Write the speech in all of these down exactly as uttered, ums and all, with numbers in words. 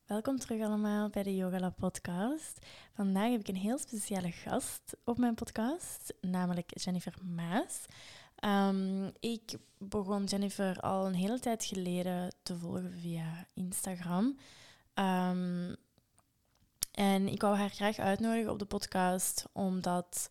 Welkom terug allemaal bij de Yogalab podcast. Vandaag heb ik een heel speciale gast op mijn podcast, namelijk Jennifer Maas. Um, ik begon Jennifer al een hele tijd geleden te volgen via Instagram. Um, en ik wou haar graag uitnodigen op de podcast, omdat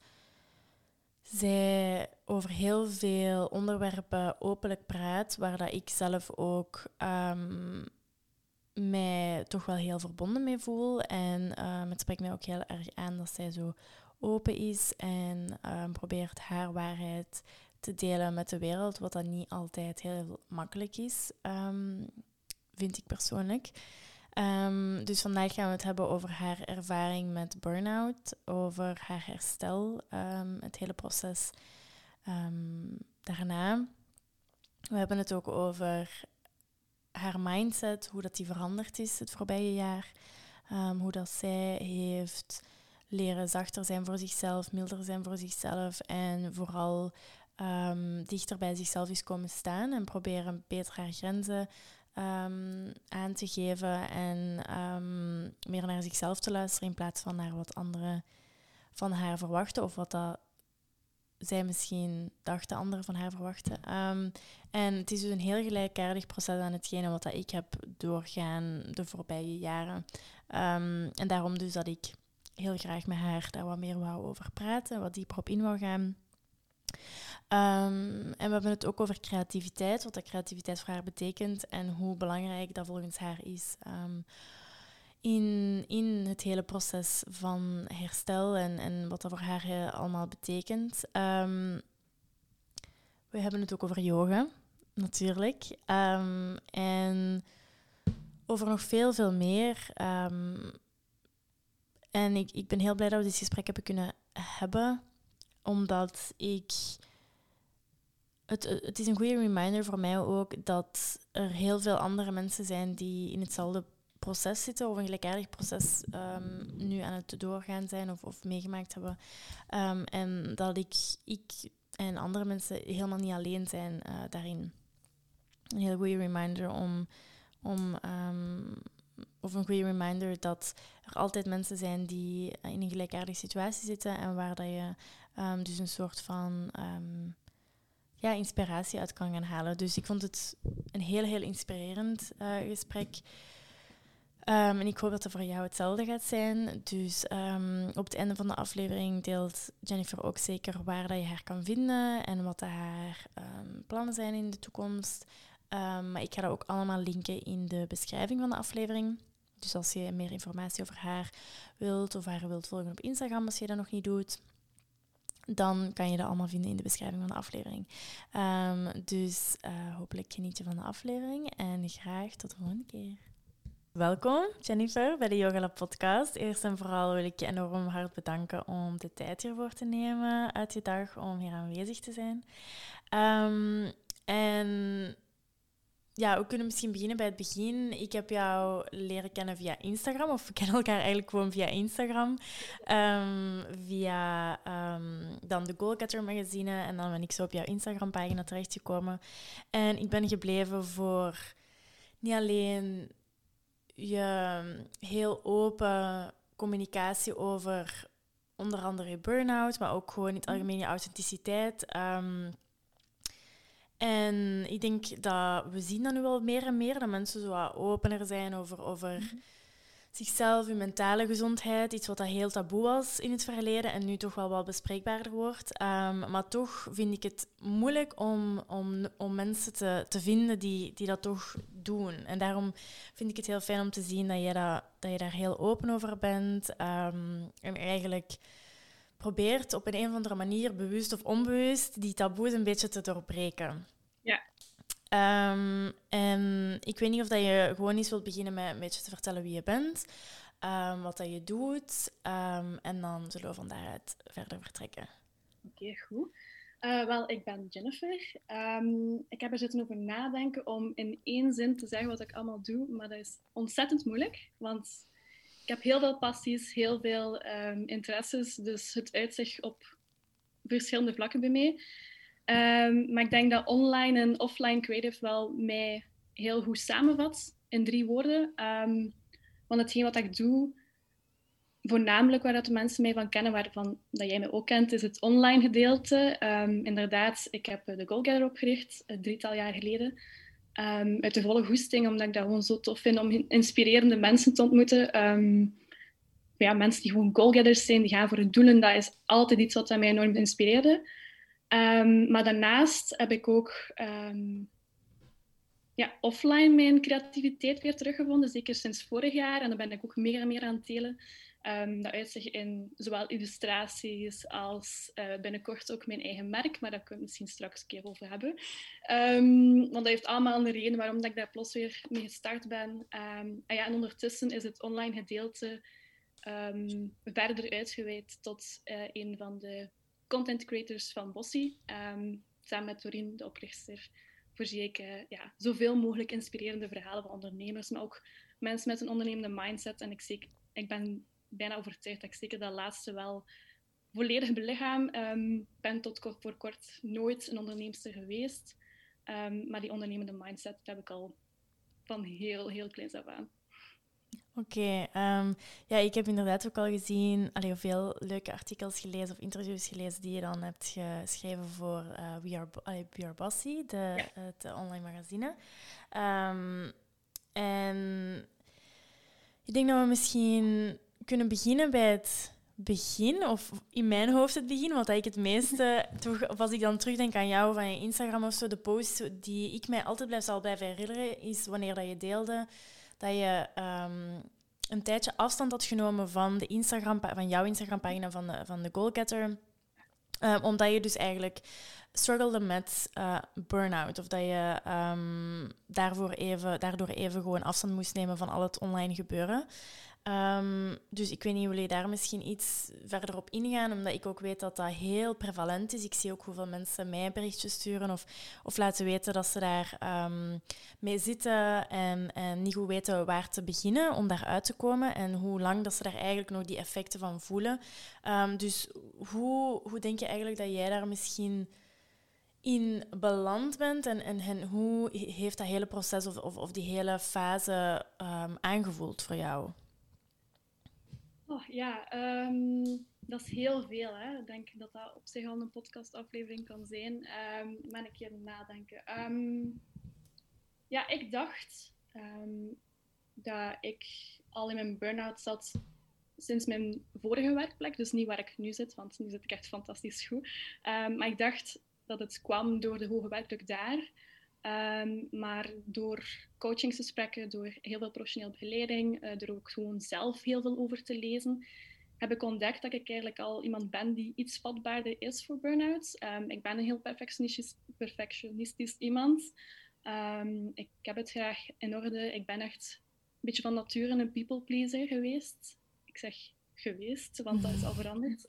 zij over heel veel onderwerpen openlijk praat, waar dat ik zelf ook um, mij toch wel heel verbonden mee voel. En um, het spreekt mij ook heel erg aan dat zij zo open is en um, probeert haar waarheid te delen met de wereld, wat dan niet altijd heel makkelijk is, um, vind ik persoonlijk. Um, dus vandaag gaan we het hebben over haar ervaring met burn-out, over haar herstel, um, het hele proces um, daarna. We hebben het ook over haar mindset, hoe dat die veranderd is het voorbije jaar. Um, hoe dat zij heeft leren zachter zijn voor zichzelf, milder zijn voor zichzelf en vooral um, dichter bij zichzelf is komen staan en proberen beter haar grenzen um, aan te geven en um, meer naar zichzelf te luisteren in plaats van naar wat anderen van haar verwachten of wat dat zij misschien dachten anderen van haar verwachten. Um, en het is dus een heel gelijkaardig proces aan hetgene wat dat ik heb doorgaan de voorbije jaren. Um, en daarom dus dat ik heel graag met haar daar wat meer wou over praten, wat dieper op in wou gaan. Um, en we hebben het ook over creativiteit, wat dat creativiteit voor haar betekent en hoe belangrijk dat volgens haar is um, in, in het hele proces van herstel en, en wat dat voor haar uh, allemaal betekent. Um, we hebben het ook over yoga, natuurlijk. Um, en over nog veel, veel meer. Um, en ik, ik ben heel blij dat we dit gesprek hebben kunnen hebben, omdat ik... Het, het is een goede reminder voor mij ook dat er heel veel andere mensen zijn die in hetzelfde proces zitten of een gelijkaardig proces um, nu aan het doorgaan zijn of, of meegemaakt hebben. Um, en dat ik, ik en andere mensen helemaal niet alleen zijn uh, daarin. Een heel goede reminder om... om um, of een goede reminder dat er altijd mensen zijn die in een gelijkaardige situatie zitten en waar dat je um, dus een soort van... Um, ja, inspiratie uit kan gaan halen. Dus ik vond het een heel, heel inspirerend uh, gesprek. Um, en ik hoop dat het voor jou hetzelfde gaat zijn. Dus um, op het einde van de aflevering deelt Jennifer ook zeker waar dat je haar kan vinden en wat haar um, plannen zijn in de toekomst. Um, maar ik ga dat ook allemaal linken in de beschrijving van de aflevering. Dus als je meer informatie over haar wilt of haar wilt volgen op Instagram als je dat nog niet doet, dan kan je dat allemaal vinden in de beschrijving van de aflevering. Um, dus uh, hopelijk geniet je van de aflevering en graag tot de volgende keer. Welkom Jennifer bij de Yogalab podcast. Eerst en vooral wil ik je enorm hard bedanken om de tijd hiervoor te nemen uit je dag om hier aanwezig te zijn. Um, en ja, we kunnen misschien beginnen bij het begin. Ik heb jou leren kennen via Instagram, of we kennen elkaar eigenlijk gewoon via Instagram. Um, via um, dan de Goalgetter magazine en dan ben ik zo op jouw Instagram-pagina terechtgekomen. En ik ben gebleven voor niet alleen je heel open communicatie over onder andere je burn-out, maar ook gewoon in het algemeen je authenticiteit. Um, En ik denk dat we zien dat nu wel meer en meer, dat mensen zo wat opener zijn over, over mm-hmm. zichzelf, hun mentale gezondheid. Iets wat dat heel taboe was in het verleden en nu toch wel wat bespreekbaarder wordt. Um, maar toch vind ik het moeilijk om, om, om mensen te, te vinden die, die dat toch doen. En daarom vind ik het heel fijn om te zien dat je, dat, dat je daar heel open over bent. Um, en eigenlijk probeert op een, een of andere manier, bewust of onbewust, die taboes een beetje te doorbreken. Ja. Um, en ik weet niet of dat je gewoon eens wilt beginnen met een beetje te vertellen wie je bent, um, wat dat je doet, um, en dan zullen we van daaruit verder vertrekken. Oké, okay, goed. Uh, wel, ik ben Jennifer. Um, ik heb er zitten over nadenken om in één zin te zeggen wat ik allemaal doe, maar dat is ontzettend moeilijk, want ik heb heel veel passies, heel veel um, interesses, dus het uitzicht op verschillende vlakken bij mij. Um, maar ik denk dat online en offline creative wel mij heel goed samenvat in drie woorden. Um, Want hetgeen wat ik doe, voornamelijk waar dat de mensen mij van kennen, waarvan dat jij me ook kent, is het online gedeelte. Um, inderdaad, ik heb de Goalgetter opgericht, een drietal jaar geleden. Um, uit de volle goesting, omdat ik dat gewoon zo tof vind om inspirerende mensen te ontmoeten. Um, ja, mensen die gewoon goalgetters zijn, die gaan voor hun doelen. Dat is altijd iets wat mij enorm inspireerde. Um, maar daarnaast heb ik ook um, ja, offline mijn creativiteit weer teruggevonden, zeker sinds vorig jaar. En daar ben ik ook meer en meer aan het delen. Um, dat uitzicht in zowel illustraties als uh, binnenkort ook mijn eigen merk, maar daar kunnen we misschien straks een keer over hebben. Um, want dat heeft allemaal een reden waarom dat ik daar plots weer mee gestart ben. Um, en, ja, en ondertussen is het online gedeelte um, verder uitgeweid tot uh, een van de content creators van Bossy. Um, samen met Doreen, de oprichter, voorzie ik uh, ja, zoveel mogelijk inspirerende verhalen van ondernemers, maar ook mensen met een ondernemende mindset. En ik, zeker, ik ben bijna overtuigd dat ik zeker dat laatste wel volledig belichaam. Ik um, ben tot kort, voor kort nooit een onderneemster geweest. Um, maar die ondernemende mindset heb ik al van heel, heel kleins af aan. Oké, okay, um, ja, ik heb inderdaad ook al gezien, allee, veel leuke artikels gelezen of interviews gelezen die je dan hebt geschreven voor uh, We, Are, allee, We Are Bossy, de, ja. het online magazine. Um, en ik denk dat we misschien kunnen beginnen bij het begin, of in mijn hoofd het begin, want ik het meeste, toch, of als ik dan terugdenk aan jou van je Instagram of zo, de post die ik mij altijd blijf, zal blijven herinneren, is wanneer dat je deelde dat je um, een tijdje afstand had genomen van, de Instagram, van jouw Instagram-pagina van de, van de Goalgetter. Um, omdat je dus eigenlijk struggelde met uh, burn-out. Of dat je um, daarvoor even, daardoor even gewoon afstand moest nemen van al het online gebeuren. Um, dus ik weet niet, wil je daar misschien iets verder op ingaan? Omdat ik ook weet dat dat heel prevalent is. Ik zie ook hoeveel mensen mij berichtjes sturen of, of laten weten dat ze daar um, mee zitten en, en niet goed weten waar te beginnen om daaruit te komen en hoe lang dat ze daar eigenlijk nog die effecten van voelen. Um, dus hoe, hoe denk je eigenlijk dat jij daar misschien in beland bent en, en, en hoe heeft dat hele proces of, of, of die hele fase um, aangevoeld voor jou? Oh, ja, um, dat is heel veel. Hè. Ik denk dat dat op zich al een podcastaflevering kan zijn. Um, maar een keer nadenken. Um, ja, ik dacht um, dat ik al in mijn burn-out zat sinds mijn vorige werkplek. Dus niet waar ik nu zit, want nu zit ik echt fantastisch goed. Um, maar ik dacht dat het kwam door de hoge werkdruk daar. Um, maar door coachingsgesprekken, door heel veel professionele begeleiding, uh, er ook gewoon zelf heel veel over te lezen, heb ik ontdekt dat ik eigenlijk al iemand ben die iets vatbaarder is voor burn-outs. Um, ik ben een heel perfectionistisch, perfectionistisch iemand. Um, ik heb het graag in orde. Ik ben echt een beetje van nature een people pleaser geweest. Ik zeg geweest, want dat is al veranderd.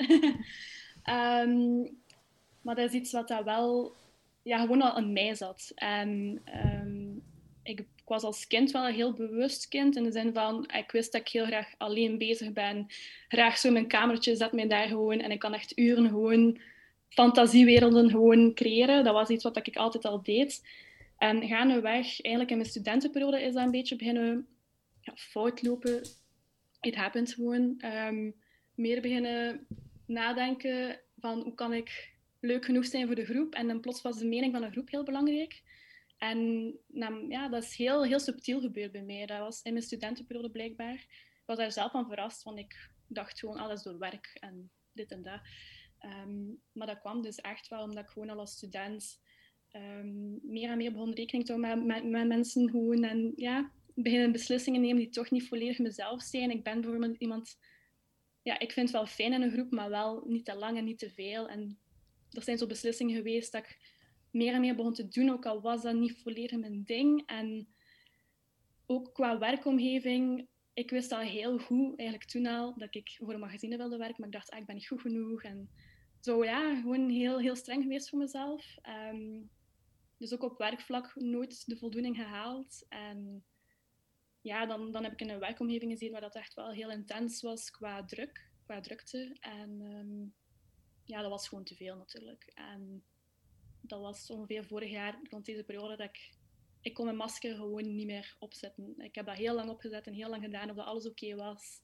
um, maar dat is iets wat dat wel ja, gewoon al in mij zat. En um, ik, ik was als kind wel een heel bewust kind. In de zin van, ik wist dat ik heel graag alleen bezig ben. Graag zo in mijn kamertje zet mij daar gewoon. En ik kan echt uren gewoon fantasiewerelden gewoon creëren. Dat was iets wat ik altijd al deed. En gaandeweg, eigenlijk in mijn studentenperiode is dat een beetje beginnen ja, fout lopen. It happens gewoon. Um, meer beginnen nadenken van hoe kan ik leuk genoeg zijn voor de groep. En dan plots was de mening van een groep heel belangrijk. En nou, ja, dat is heel, heel subtiel gebeurd bij mij. Dat was in mijn studentenperiode blijkbaar. Ik was daar zelf van verrast, want ik dacht gewoon alles door werk en dit en dat. Um, maar dat kwam dus echt wel omdat ik gewoon al als student um, meer en meer begon rekening te houden met, met, met mensen gewoon. En ja, beginnen beslissingen nemen die toch niet volledig mezelf zijn. Ik ben bijvoorbeeld iemand... Ja, ik vind het wel fijn in een groep, maar wel niet te lang en niet te veel. En er zijn zo beslissingen geweest dat ik meer en meer begon te doen, ook al was dat niet volledig mijn ding. En ook qua werkomgeving, ik wist al heel goed, eigenlijk toen al, dat ik voor een magazine wilde werken, maar ik dacht, ah, ik ben niet goed genoeg. En zo ja, gewoon heel, heel streng geweest voor mezelf. Um, dus ook op werkvlak nooit de voldoening gehaald. En ja, dan, dan heb ik in een werkomgeving gezien waar dat echt wel heel intens was qua druk, qua drukte. En um, ja, dat was gewoon te veel natuurlijk. En dat was ongeveer vorig jaar, rond deze periode, dat ik ik kon mijn masker gewoon niet meer opzetten. Ik heb dat heel lang opgezet en heel lang gedaan of dat alles oké was.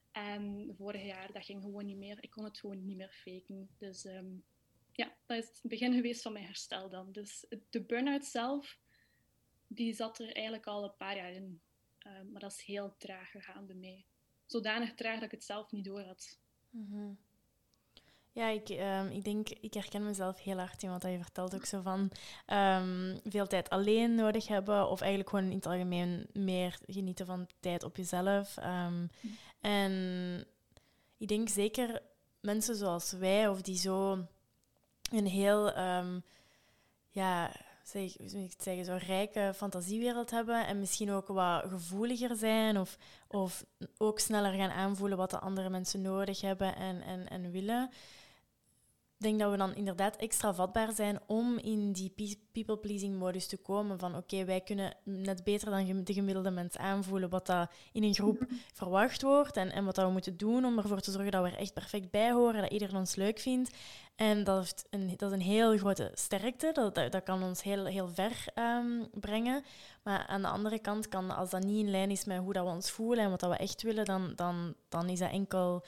En vorig jaar, dat ging gewoon niet meer. Ik kon het gewoon niet meer faken. Dus um, ja, dat is het begin geweest van mijn herstel dan. Dus de burn-out zelf, die zat er eigenlijk al een paar jaar in. Um, maar dat is heel traag gegaan bij mij. Zodanig traag dat ik het zelf niet door had. Mm-hmm. Ja, ik, um, ik denk, ik herken mezelf heel hard in wat je vertelt. Ook zo van um, veel tijd alleen nodig hebben. Of eigenlijk gewoon in het algemeen meer genieten van tijd op jezelf. Um, mm. En ik denk zeker mensen zoals wij, of die zo een heel, um, ja, zeg, hoe moet ik het zeggen, zo'n rijke fantasiewereld hebben. En misschien ook wat gevoeliger zijn. Of, of ook sneller gaan aanvoelen wat de andere mensen nodig hebben en, en, en willen. Ik denk dat we dan inderdaad extra vatbaar zijn om in die people-pleasing-modus te komen. Van oké, okay, wij kunnen net beter dan de gemiddelde mens aanvoelen wat dat in een groep mm-hmm. verwacht wordt. En, en wat dat we moeten doen om ervoor te zorgen dat we er echt perfect bij horen. Dat iedereen ons leuk vindt. En dat, heeft een, dat is een heel grote sterkte. Dat, dat, dat kan ons heel, heel ver um, brengen. Maar aan de andere kant, kan, als dat niet in lijn is met hoe dat we ons voelen en wat dat we echt willen, dan, dan, dan is dat enkel...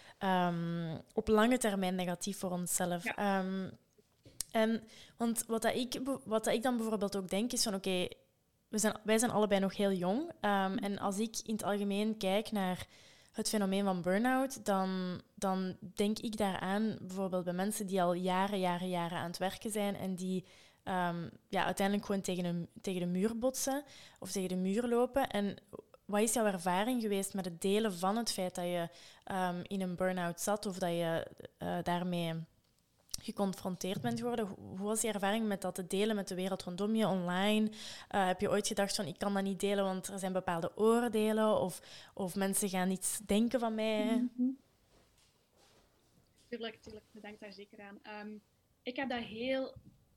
Um, op lange termijn negatief voor onszelf. Ja. Um, en, want wat, dat ik, wat dat ik dan bijvoorbeeld ook denk, is van oké, okay, we zijn, wij zijn allebei nog heel jong. Um, en als ik in het algemeen kijk naar het fenomeen van burn-out, dan, dan denk ik daaraan bijvoorbeeld bij mensen die al jaren, jaren, jaren aan het werken zijn en die um, ja, uiteindelijk gewoon tegen, een, tegen de muur botsen of tegen de muur lopen. En wat is jouw ervaring geweest met het delen van het feit dat je um, in een burn-out zat of dat je uh, daarmee geconfronteerd bent geworden? Hoe was die ervaring met dat te delen met de wereld rondom je online? Uh, heb je ooit gedacht van ik kan dat niet delen, want er zijn bepaalde oordelen of, of mensen gaan iets denken van mij? Mm-hmm. Tuurlijk, tuurlijk. Ik denk daar zeker aan. Um, ik heb dat heel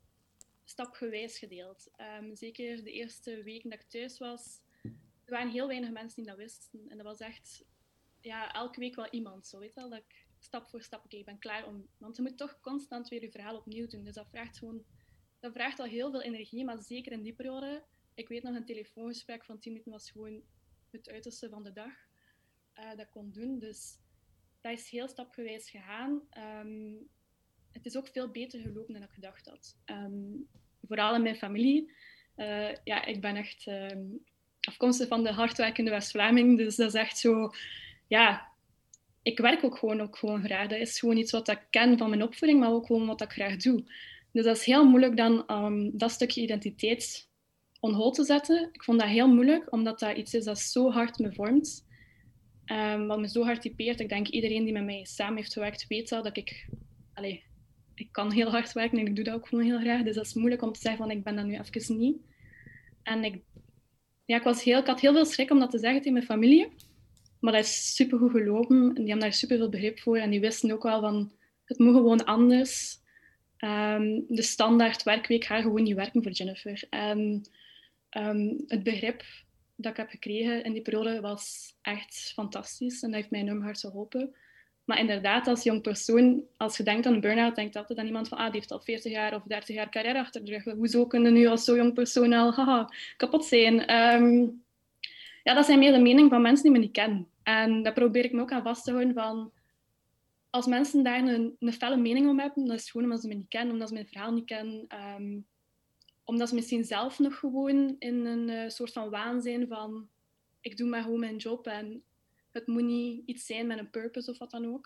stapgewijs gedeeld. Um, zeker de eerste weken dat ik thuis was, er waren heel weinig mensen die dat wisten. En dat was echt ja, elke week wel iemand. Zo, weet je wel, dat ik stap voor stap, oké, okay, ik ben klaar om... Want je moet toch constant weer je verhaal opnieuw doen. Dus dat vraagt gewoon... Dat vraagt al heel veel energie, maar zeker in die periode... Ik weet nog, een telefoongesprek van tien minuten was gewoon het uiterste van de dag. Uh, dat ik kon doen. Dus dat is heel stapgewijs gegaan. Um, het is ook veel beter gelopen dan ik gedacht had. Um, vooral in mijn familie. Uh, ja, ik ben echt... Um, afkomstig van de hardwerkende West-Vlaming. Dus dat is echt zo... Ja, ik werk ook gewoon, ook gewoon graag. Dat is gewoon iets wat ik ken van mijn opvoeding, maar ook gewoon wat ik graag doe. Dus dat is heel moeilijk dan um, dat stukje identiteit on hold te zetten. Ik vond dat heel moeilijk, omdat dat iets is dat zo hard me vormt. Um, wat me zo hard typeert. Ik denk iedereen die met mij samen heeft gewerkt, weet dat, dat ik... Allee, ik kan heel hard werken en ik doe dat ook gewoon heel graag. Dus dat is moeilijk om te zeggen van ik ben dat nu even niet. En ik... Ja, ik, was heel, ik had heel veel schrik om dat te zeggen tegen mijn familie. Maar dat is supergoed gelopen. En die hebben daar superveel begrip voor. En die wisten ook wel van, het moet gewoon anders. Um, de standaard werkweek gaat gewoon niet werken voor Jennifer. En um, het begrip dat ik heb gekregen in die periode was echt fantastisch. En dat heeft mij enorm hard geholpen. Maar inderdaad, als jong persoon, als je denkt aan een burn-out, denkt altijd aan iemand van, ah, die heeft al veertig jaar of dertig jaar carrière achter de rug. Hoezo kunnen nu als zo'n jong persoon al haha, kapot zijn? Um, ja, dat zijn meer de meningen van mensen die me niet kennen. En daar probeer ik me ook aan vast te houden van, als mensen daar een, een felle mening om hebben, dat is gewoon omdat ze me niet kennen, omdat ze mijn verhaal niet kennen. Um, omdat ze misschien zelf nog gewoon in een uh, soort van waan zijn van, ik doe maar gewoon mijn job en het moet niet iets zijn met een purpose of wat dan ook.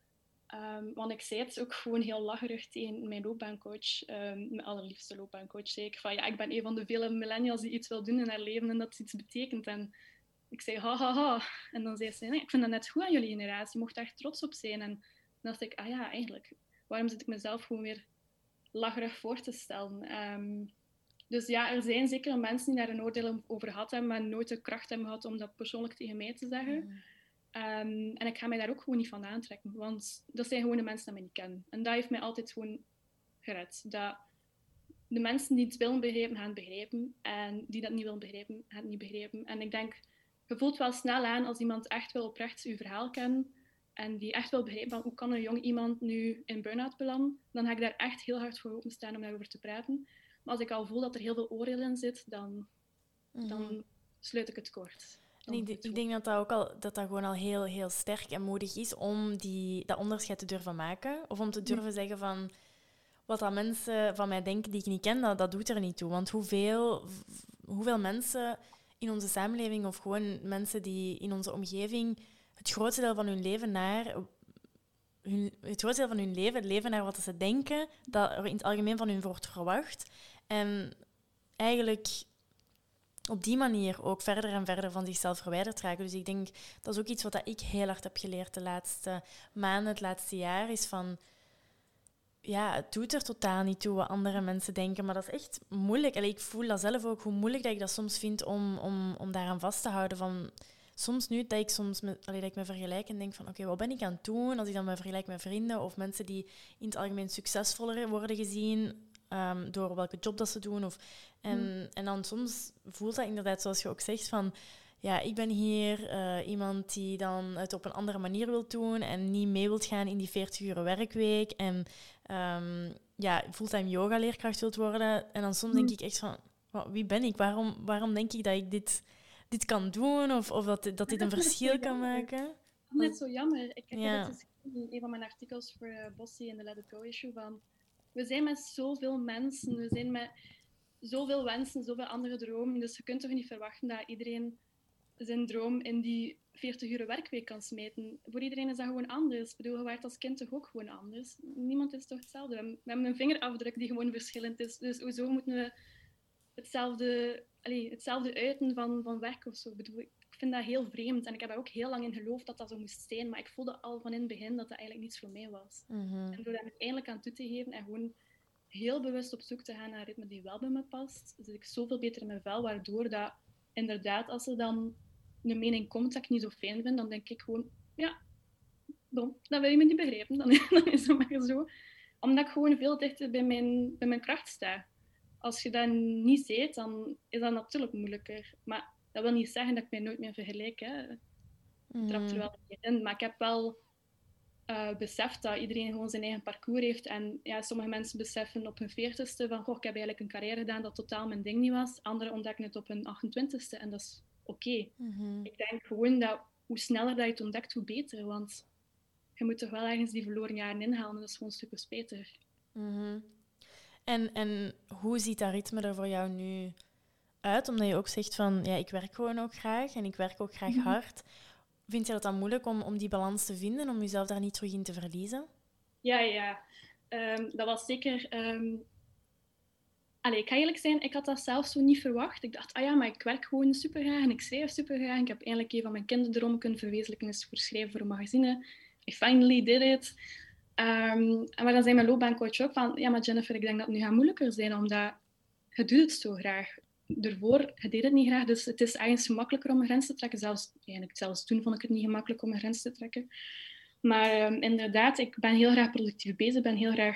Um, want ik zei het ook gewoon heel lacherig tegen mijn loopbaancoach, um, mijn allerliefste loopbaancoach, zei ik van ja, ik ben een van de vele millennials die iets wil doen in haar leven en dat het iets betekent. En ik zei ha ha ha. En dan zei ze, nee, ik vind dat net goed aan jullie generatie, je mocht echt trots op zijn. En dan dacht ik, ah ja, eigenlijk, waarom zit ik mezelf gewoon weer lacherig voor te stellen? Um, dus ja, er zijn zeker mensen die daar een oordeel over gehad hebben, maar nooit de kracht hebben gehad om dat persoonlijk tegen mij te zeggen. Mm. Um, en ik ga mij daar ook gewoon niet van aantrekken, want dat zijn gewoon de mensen die mij niet kennen. En dat heeft mij altijd gewoon gered. Dat de mensen die het willen begrijpen, gaan het begrijpen. En die dat niet willen begrijpen, gaan het niet begrijpen. En ik denk, je voelt wel snel aan als iemand echt wil oprecht je verhaal kennen en die echt wil begrijpen van hoe kan een jong iemand nu in burn-out belanden, dan ga ik daar echt heel hard voor openstaan om daarover te praten. Maar als ik al voel dat er heel veel oordeel in zit, dan, Mhm. dan sluit ik het kort. En ik, ik denk dat dat ook al, dat dat gewoon al heel, heel sterk en moedig is om die, dat onderscheid te durven maken. Of om te durven zeggen van... Wat dat mensen van mij denken die ik niet ken, dat, dat doet er niet toe. Want hoeveel, hoeveel mensen in onze samenleving of gewoon mensen die in onze omgeving het grootste deel van hun leven naar... Hun, het grootste deel van hun leven leven naar wat ze denken, dat er in het algemeen van hun wordt verwacht. En eigenlijk op die manier ook verder en verder van zichzelf verwijderd raken. Dus ik denk, dat is ook iets wat ik heel hard heb geleerd de laatste maanden, het laatste jaar, is van... Ja, het doet er totaal niet toe wat andere mensen denken, maar dat is echt moeilijk. Allee, ik voel dat zelf ook, hoe moeilijk dat ik dat soms vind om, om, om daaraan vast te houden. Van, soms nu dat ik soms met, allee, dat ik me vergelijk en denk van, oké, okay, wat ben ik aan het doen? Als ik dan me vergelijk met vrienden of mensen die in het algemeen succesvoller worden gezien um, door welke job dat ze doen. Of, en, mm. en dan soms voelt dat inderdaad, zoals je ook zegt, van... Ja, ik ben hier uh, iemand die dan het op een andere manier wil doen en niet mee wilt gaan in die veertig uur werkweek en um, ja, fulltime yoga-leerkracht wilt worden. En dan soms denk ik echt van, wow, wie ben ik? Waarom, waarom denk ik dat ik dit, dit kan doen of, of dat, dat dit een verschil kan maken? Dat is net zo jammer. Ik heb ja. het geschreven in een van mijn artikels voor uh, Bossy in de Let It Go issue van, we zijn met zoveel mensen, we zijn met zoveel wensen, zoveel andere dromen, dus je kunt toch niet verwachten dat iedereen zijn droom in die veertig uur werkweek kan smijten. Voor iedereen is dat gewoon anders. Ik bedoel, je werd als kind toch ook gewoon anders. Niemand is toch hetzelfde. We hebben een vingerafdruk die gewoon verschillend is. Dus hoezo moeten we hetzelfde, allez, hetzelfde uiten van, van werk of zo? Ik bedoel, ik vind dat heel vreemd. En ik heb daar ook heel lang in geloofd dat dat zo moest zijn. Maar ik voelde al van in het begin dat dat eigenlijk niets voor mij was. Mm-hmm. En door daar eindelijk aan toe te geven en gewoon heel bewust op zoek te gaan naar een ritme die wel bij me past, zit ik zoveel beter in mijn vel, waardoor dat inderdaad, als er dan een mening komt dat ik niet zo fijn vind, dan denk ik gewoon, ja, bon, dat wil je me niet begrijpen, dan, dan is het maar zo. Omdat ik gewoon veel dichter bij mijn, bij mijn kracht sta. Als je dat niet ziet, dan is dat natuurlijk moeilijker. Maar dat wil niet zeggen dat ik mij nooit meer vergelijk. Hè. Het mm. trapt er wel een keer in. Maar ik heb wel uh, beseft dat iedereen gewoon zijn eigen parcours heeft. En ja, sommige mensen beseffen op hun veertigste van, goh, ik heb eigenlijk een carrière gedaan dat totaal mijn ding niet was. Anderen ontdekken het op hun achtentwintigste en dat is oké. Okay. Mm-hmm. Ik denk gewoon dat hoe sneller dat je het ontdekt, hoe beter. Want je moet toch wel ergens die verloren jaren inhalen. Dat is gewoon super spijtig. Mm-hmm. En, en hoe ziet dat ritme er voor jou nu uit? Omdat je ook zegt van, ja, ik werk gewoon ook graag en ik werk ook graag mm-hmm. hard. Vind je dat dan moeilijk om, om die balans te vinden, om jezelf daar niet terug in te verliezen? Ja, ja. Um, dat was zeker... Um... Allee, ik ga eerlijk zijn, ik had dat zelf zo niet verwacht. Ik dacht, ah ja, maar ik werk gewoon super graag en ik schrijf super graag. Ik heb eindelijk een van mijn kinderdromen kunnen verwezenlijken, is voor schrijven voor een magazine. I finally did it. Um, maar dan zei mijn loopbaancoach ook van, ja, maar Jennifer, ik denk dat het nu gaat moeilijker zijn, omdat je doet het zo graag. Daarvoor, je deed het niet graag, dus het is eigenlijk gemakkelijker om een grens te trekken. Zelfs, eigenlijk zelfs toen vond ik het niet gemakkelijk om een grens te trekken. Maar um, inderdaad, ik ben heel graag productief bezig, ben heel graag...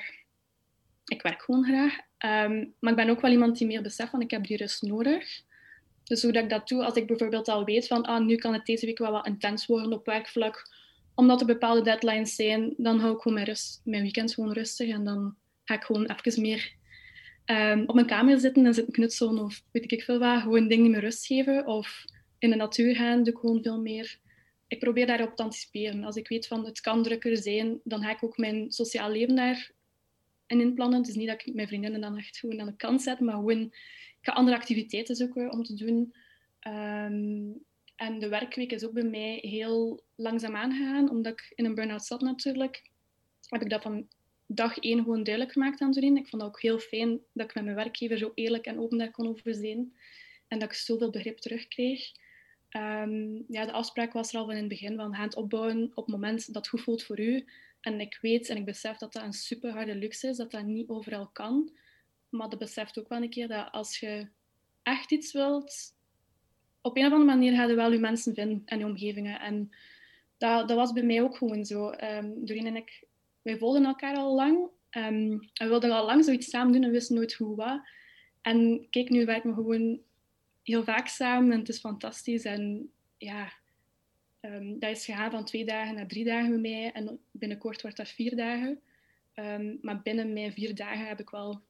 Ik werk gewoon graag. Um, maar ik ben ook wel iemand die meer beseft van, ik heb die rust nodig. Dus hoe dat ik dat doe, als ik bijvoorbeeld al weet van, ah, nu kan het deze week wel wat intens worden op werkvlak, omdat er bepaalde deadlines zijn, dan hou ik gewoon mijn, rust, mijn weekends gewoon rustig en dan ga ik gewoon even meer um, op mijn kamer zitten en zitten knutselen of weet ik veel wat, gewoon dingen die me rust geven of in de natuur gaan, doe ik gewoon veel meer. Ik probeer daarop te anticiperen. Als ik weet van het kan drukker zijn, dan ga ik ook mijn sociaal leven daar en inplannen. Het is niet dat ik mijn vriendinnen dan echt gewoon aan de kant zet, maar gewoon, ik ga andere activiteiten zoeken om te doen. Um, en de werkweek is ook bij mij heel langzaam aangegaan, omdat ik in een burn-out zat natuurlijk. Heb ik dat van dag één gewoon duidelijk gemaakt aan Doreen. Ik vond het ook heel fijn dat ik met mijn werkgever zo eerlijk en open daar kon over zijn. En dat ik zoveel begrip terugkreeg. Um, ja, de afspraak was er al van in het begin, van gaan het opbouwen op het moment dat het goed voelt voor u. En ik weet en ik besef dat dat een super harde luxe is, dat dat niet overal kan. Maar dat beseft ook wel een keer dat als je echt iets wilt, op een of andere manier ga je wel je mensen vinden en je omgevingen. En dat, dat was bij mij ook gewoon zo. Um, Doreen en ik, wij volgden elkaar al lang. Um, en we wilden al lang zoiets samen doen en wisten nooit hoe wat. En kijk, nu werken we gewoon heel vaak samen en het is fantastisch. En ja... Um, dat is gegaan van twee dagen naar drie dagen bij mij en binnenkort wordt dat vier dagen. Um, maar binnen mijn vier dagen heb ik wel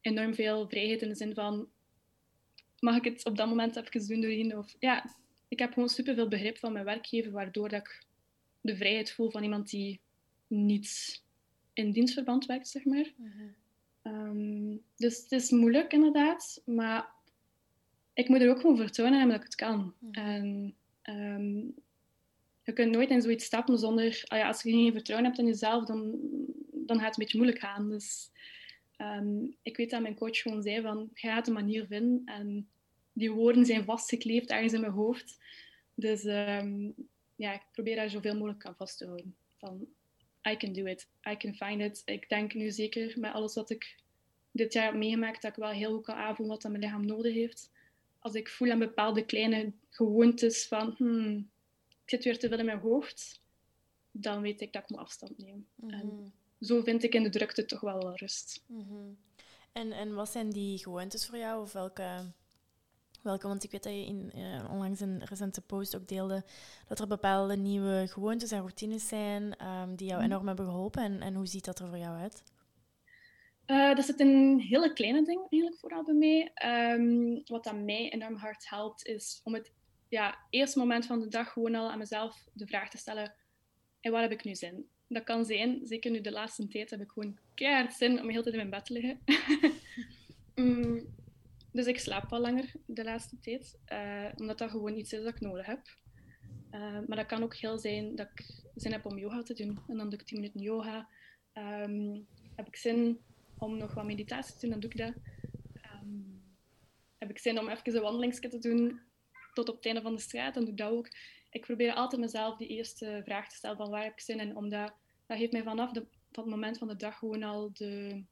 enorm veel vrijheid in de zin van, mag ik het op dat moment even doen doorheen? Of, ja, ik heb gewoon superveel begrip van mijn werkgever, waardoor dat ik de vrijheid voel van iemand die niet in dienstverband werkt, zeg maar. Mm-hmm. Um, dus het is moeilijk, inderdaad. Maar ik moet er ook gewoon vertrouwen in hebben dat ik het kan. Mm-hmm. En um, je kunt nooit in zoiets stappen zonder... Ah ja, als je geen vertrouwen hebt in jezelf, dan, dan gaat het een beetje moeilijk gaan. Dus um, ik weet dat mijn coach gewoon zei van, je gaat een manier vinden. En die woorden zijn vastgekleefd ergens in mijn hoofd. Dus um, ja, ik probeer daar zoveel mogelijk aan vast te houden. Van, I can do it. I can find it. Ik denk nu zeker met alles wat ik dit jaar heb meegemaakt, dat ik wel heel goed kan aanvoelen wat dat mijn lichaam nodig heeft. Als ik voel aan bepaalde kleine gewoontes van, hmm, ik zit weer te veel in mijn hoofd, dan weet ik dat ik moet afstand nemen. Mm-hmm. En zo vind ik in de drukte toch wel wel rust. Mm-hmm. En, en wat zijn die gewoontes voor jou? Of welke... Welke, want ik weet dat je in uh, onlangs een recente post ook deelde dat er bepaalde nieuwe gewoontes en routines zijn um, die jou enorm hebben geholpen. En, en hoe ziet dat er voor jou uit? Uh, dat zit een hele kleine ding eigenlijk vooral bij mij. Um, wat aan mij enorm hard helpt, is om het ja, eerste moment van de dag gewoon al aan mezelf de vraag te stellen: en waar heb ik nu zin? Dat kan zijn, zeker nu de laatste tijd, heb ik gewoon keihard zin om de hele tijd in mijn bed te liggen. um, Dus ik slaap wel langer de laatste tijd, uh, omdat dat gewoon iets is dat ik nodig heb. Uh, maar dat kan ook heel zijn dat ik zin heb om yoga te doen. En dan doe ik tien minuten yoga. Um, heb ik zin om nog wat meditatie te doen, dan doe ik dat. Um, heb ik zin om even een wandelingsje te doen tot op het einde van de straat, dan doe ik dat ook. Ik probeer altijd mezelf die eerste vraag te stellen van waar heb ik zin in. Omdat dat geeft mij vanaf de, van het moment van de dag gewoon al de...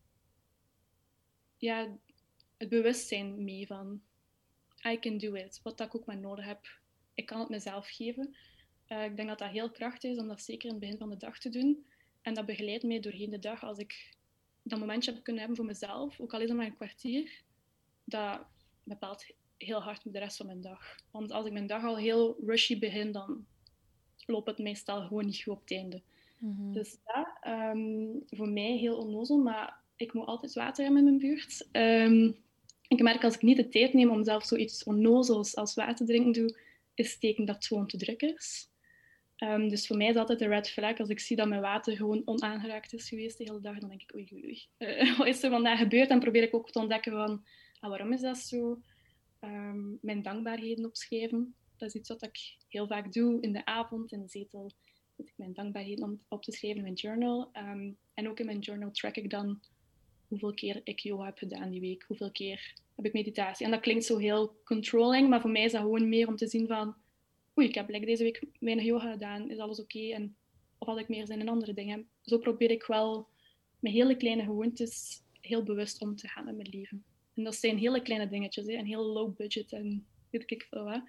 Ja... het bewustzijn mee van I can do it, wat dat ik ook maar nodig heb. Ik kan het mezelf geven. Uh, ik denk dat dat heel krachtig is om dat zeker in het begin van de dag te doen. En dat begeleidt mij doorheen de dag. Als ik dat momentje heb kunnen hebben voor mezelf, ook al is het maar een kwartier, dat bepaalt heel hard de rest van mijn dag. Want als ik mijn dag al heel rushy begin, dan loopt het meestal gewoon niet goed op het einde. Mm-hmm. Dus dat, um, voor mij heel onnozel, maar ik moet altijd water hebben in mijn buurt. Um, Ik merk als ik niet de tijd neem om zelf zoiets onnozels als water drinken doe, is het teken dat het gewoon te druk is. Um, dus voor mij is altijd een red flag als ik zie dat mijn water gewoon onaangeraakt is geweest de hele dag. Dan denk ik, oei, oei, oei. Uh, wat is er vandaag gebeurd? En probeer ik ook te ontdekken van, ah, waarom is dat zo? Um, mijn dankbaarheden opschrijven. Dat is iets wat ik heel vaak doe in de avond, in de zetel. Zet ik mijn dankbaarheden op te schrijven in mijn journal. Um, en ook in mijn journal track ik dan hoeveel keer ik yoga heb gedaan die week. Hoeveel keer heb ik meditatie. En dat klinkt zo heel controlling, maar voor mij is dat gewoon meer om te zien van oei, ik heb like, deze week weinig yoga gedaan. Is alles oké? Okay? En of had ik meer zin in andere dingen? Zo probeer ik wel met hele kleine gewoontes heel bewust om te gaan in mijn leven. En dat zijn hele kleine dingetjes. Hè? En heel low budget en weet ik veel wat.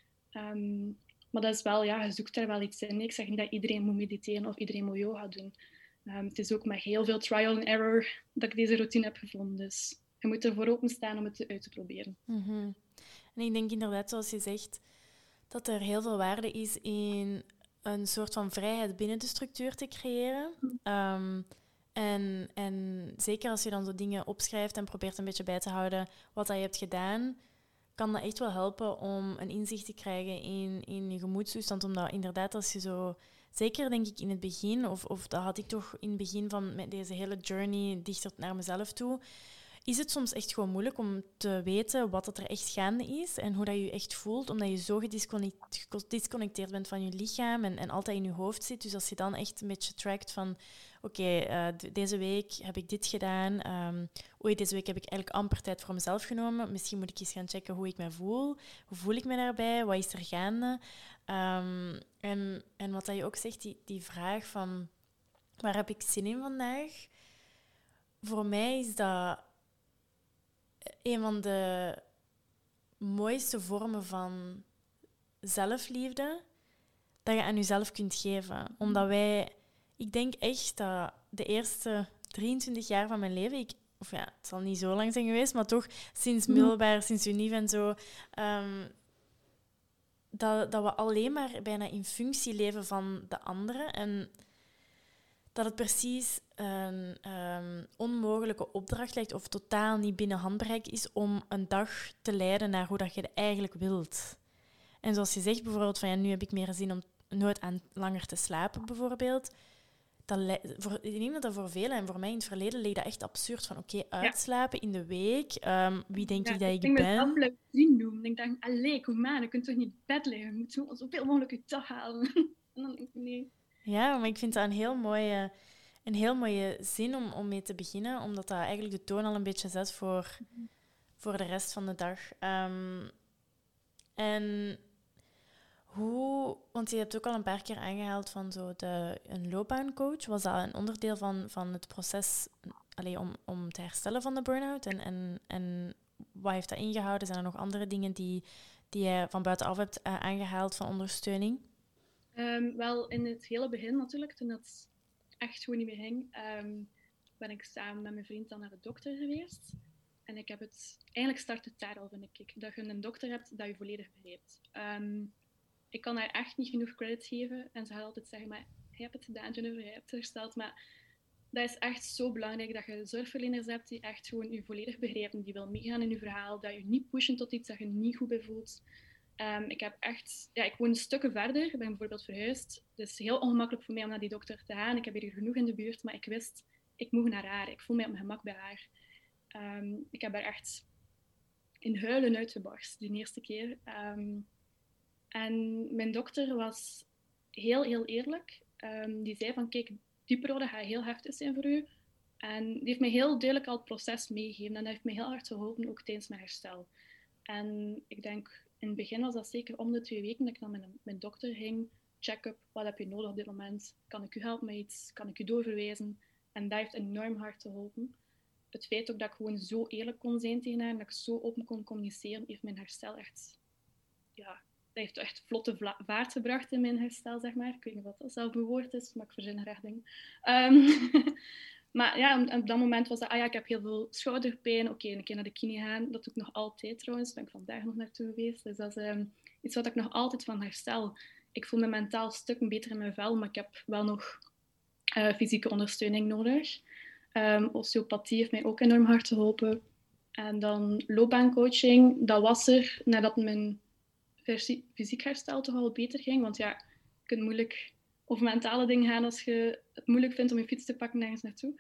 Um, maar dat is wel, ja, je zoekt daar wel iets in. Ik zeg niet dat iedereen moet mediteren of iedereen moet yoga doen. Um, het is ook met heel veel trial and error dat ik deze routine heb gevonden. Dus je moet ervoor openstaan om het uit te proberen. Mm-hmm. En ik denk inderdaad, zoals je zegt, dat er heel veel waarde is in een soort van vrijheid binnen de structuur te creëren. Um, en, en zeker als je dan zo dingen opschrijft en probeert een beetje bij te houden wat dat je hebt gedaan, kan dat echt wel helpen om een inzicht te krijgen in, in je gemoedstoestand. Omdat inderdaad, als je zo... Zeker denk ik in het begin, of, of dat had ik toch in het begin van met deze hele journey dichter naar mezelf toe, is het soms echt gewoon moeilijk om te weten wat er echt gaande is en hoe dat je je echt voelt, omdat je zo gedisconnecteerd bent van je lichaam en, en altijd in je hoofd zit. Dus als je dan echt een beetje trackt van oké, okay, uh, deze week heb ik dit gedaan. Um, oei, deze week heb ik eigenlijk amper tijd voor mezelf genomen. Misschien moet ik eens gaan checken hoe ik me voel. Hoe voel ik me daarbij? Wat is er gaande? Um, en, en wat dat je ook zegt, die, die vraag van waar heb ik zin in vandaag? Voor mij is dat een van de mooiste vormen van zelfliefde dat je aan jezelf kunt geven. Omdat wij... Ik denk echt dat de eerste drieëntwintig jaar van mijn leven... Ik, of ja, het zal niet zo lang zijn geweest, maar toch sinds middelbaar, sinds unief en zo... Um, dat, dat we alleen maar bijna in functie leven van de anderen. En dat het precies een um, onmogelijke opdracht lijkt of totaal niet binnen handbereik is om een dag te leiden naar hoe dat je het eigenlijk wilt. En zoals je zegt bijvoorbeeld van ja, nu heb ik meer zin om nooit aan langer te slapen bijvoorbeeld. Dat le- voor, ik denk dat dat voor velen en voor mij in het verleden leek dat echt absurd van oké, okay, uitslapen ja. in de week. Um, wie denk ja, ik dat ik, ik denk ben? Ik denk dat ik zin doen. Ik denk, allee, kom maar, je kunt toch niet in bed liggen. Je moet zo, zoveel mogelijk je dag halen. En dan denk ik, nee. Ja, maar ik vind dat een heel mooie, een heel mooie zin om, om mee te beginnen, omdat dat eigenlijk de toon al een beetje zet voor, mm-hmm. voor de rest van de dag. Um, en hoe, want je hebt ook al een paar keer aangehaald van zo de, een loopbaancoach. Was dat een onderdeel van, van het proces allee, om, om te herstellen van de burn-out? En, en, en wat heeft dat ingehouden? Zijn er nog andere dingen die, die je van buitenaf hebt uh, aangehaald van ondersteuning? Um, wel, in het hele begin natuurlijk, toen het echt gewoon niet meer ging, um, ben ik samen met mijn vriend dan naar de dokter geweest. En ik heb het... Eigenlijk start het daar al, vind ik. Dat je een dokter hebt dat je volledig begrijpt. Um, ik kan haar echt niet genoeg credit geven. En ze gaat altijd zeggen, maar je hebt het gedaan, Jennifer, je hebt het hersteld. Maar dat is echt zo belangrijk dat je zorgverleners hebt die echt gewoon je volledig begrijpen. Die wil meegaan in je verhaal. Dat je niet pushen tot iets dat je niet goed bij voelt. Um, ik heb echt... Ja, ik woon stukken verder. Ik ben bijvoorbeeld verhuisd. Het is heel ongemakkelijk voor mij om naar die dokter te gaan. Ik heb hier genoeg in de buurt. Maar ik wist, ik moet naar haar. Ik voel mij op mijn gemak bij haar. Um, ik heb haar echt in huilen uitgebarst, die eerste keer. Um, en mijn dokter was heel, heel eerlijk. Um, die zei van, kijk, die periode gaat heel heftig zijn voor u. En die heeft mij heel duidelijk al het proces meegegeven. En dat heeft mij heel hard geholpen, ook tijdens mijn herstel. En ik denk, in het begin was dat zeker om de twee weken dat ik naar mijn, mijn dokter ging. Check-up, wat heb je nodig op dit moment? Kan ik u helpen met iets? Kan ik u doorverwijzen? En dat heeft enorm hard geholpen. Het feit ook dat ik gewoon zo eerlijk kon zijn tegen haar en dat ik zo open kon communiceren, heeft mijn herstel echt... Ja, dat heeft echt vlotte vla- vaart gebracht in mijn herstel, zeg maar. Ik weet niet wat dat zelf mijn woord is, maar ik verzin graag dingen. Um, maar ja, op dat moment was dat... Ah ja, ik heb heel veel schouderpijn. Oké, okay, een keer naar de kine gaan. Dat doe ik nog altijd trouwens. Daar ben ik vandaag nog naartoe geweest. Dus dat is um, iets wat ik nog altijd van herstel. Ik voel me mentaal een stuk beter in mijn vel, maar ik heb wel nog uh, fysieke ondersteuning nodig. Um, osteopathie heeft mij ook enorm hard geholpen. En dan loopbaancoaching, dat was er nadat mijn fysiek herstel toch al beter ging. Want ja, je kunt moeilijk over mentale dingen gaan als je het moeilijk vindt om je fiets te pakken nergens naartoe.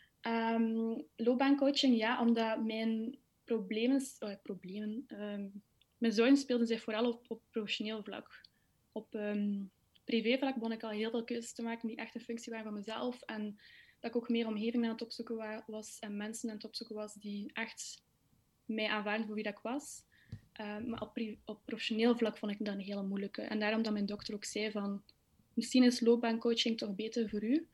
Um, loopbaancoaching, ja, omdat mijn problemen... Oh, problemen um, mijn zorgen speelden zich vooral op, op professioneel vlak. Op um, privévlak begon ik al heel veel keuzes te maken die echt een functie waren van mezelf. En dat ik ook meer omgeving aan het opzoeken was en mensen aan het opzoeken was die echt mij aanvaarden voor wie dat ik was. Uh, maar op, op professioneel vlak vond ik dat een hele moeilijke. En daarom dat mijn dokter ook zei van, misschien is loopbaancoaching toch beter voor u.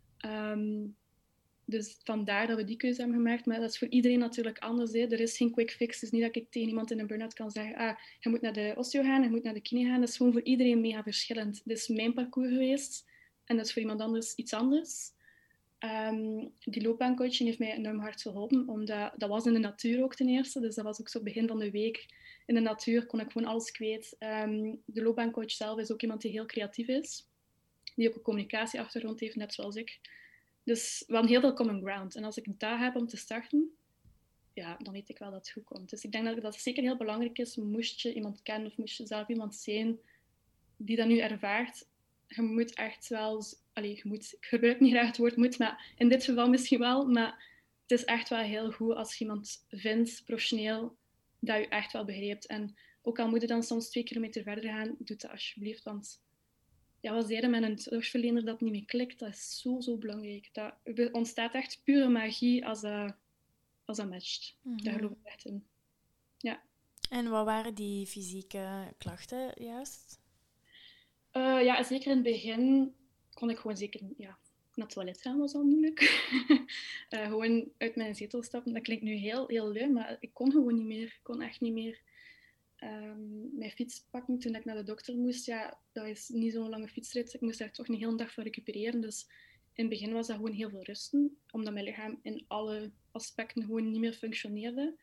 Um, dus vandaar dat we die keuze hebben gemaakt. Maar dat is voor iedereen natuurlijk anders. Hè. Er is geen quick fix. Het is niet dat ik tegen iemand in een burn-out kan zeggen, ah, je moet naar de osteo gaan, je moet naar de kine gaan. Dat is gewoon voor iedereen mega verschillend. Dit is mijn parcours geweest. En dat is voor iemand anders iets anders. Um, die loopbaancoaching heeft mij enorm hard geholpen, omdat dat was in de natuur ook ten eerste. Dus dat was ook zo begin van de week. In de natuur kon ik gewoon alles kwijt. Um, de loopbaancoach zelf is ook iemand die heel creatief is. Die ook een communicatieachtergrond heeft, net zoals ik. Dus we hadden heel veel common ground. En als ik dat heb om te starten, ja, dan weet ik wel dat het goed komt. Dus ik denk dat dat zeker heel belangrijk is. Moest je iemand kennen of moest je zelf iemand zijn die dat nu ervaart, je moet echt wel... Allee, je moet, ik gebruik niet graag het woord moet, maar in dit geval misschien wel. Maar het is echt wel heel goed als je iemand vindt, professioneel, dat je echt wel begrijpt. En ook al moet je dan soms twee kilometer verder gaan, doe dat alsjeblieft. Want ja, wat zeiden met een zorgverlener dat niet meer klikt, dat is zo, zo belangrijk. Dat, er ontstaat echt pure magie als dat, als dat matcht. Mm-hmm. Daar geloof ik echt in. Ja. En wat waren die fysieke klachten juist? Uh, ja, zeker in het begin kon ik gewoon zeker... Ja, naar het toilet gaan was al moeilijk. uh, gewoon uit mijn zetel stappen. Dat klinkt nu heel, heel lui, maar ik kon gewoon niet meer. Ik kon echt niet meer um, mijn fiets pakken toen ik naar de dokter moest. Ja, dat is niet zo'n lange fietsrit. Ik moest daar toch een hele dag van recupereren. Dus in het begin was dat gewoon heel veel rusten. Omdat mijn lichaam in alle aspecten gewoon niet meer functioneerde.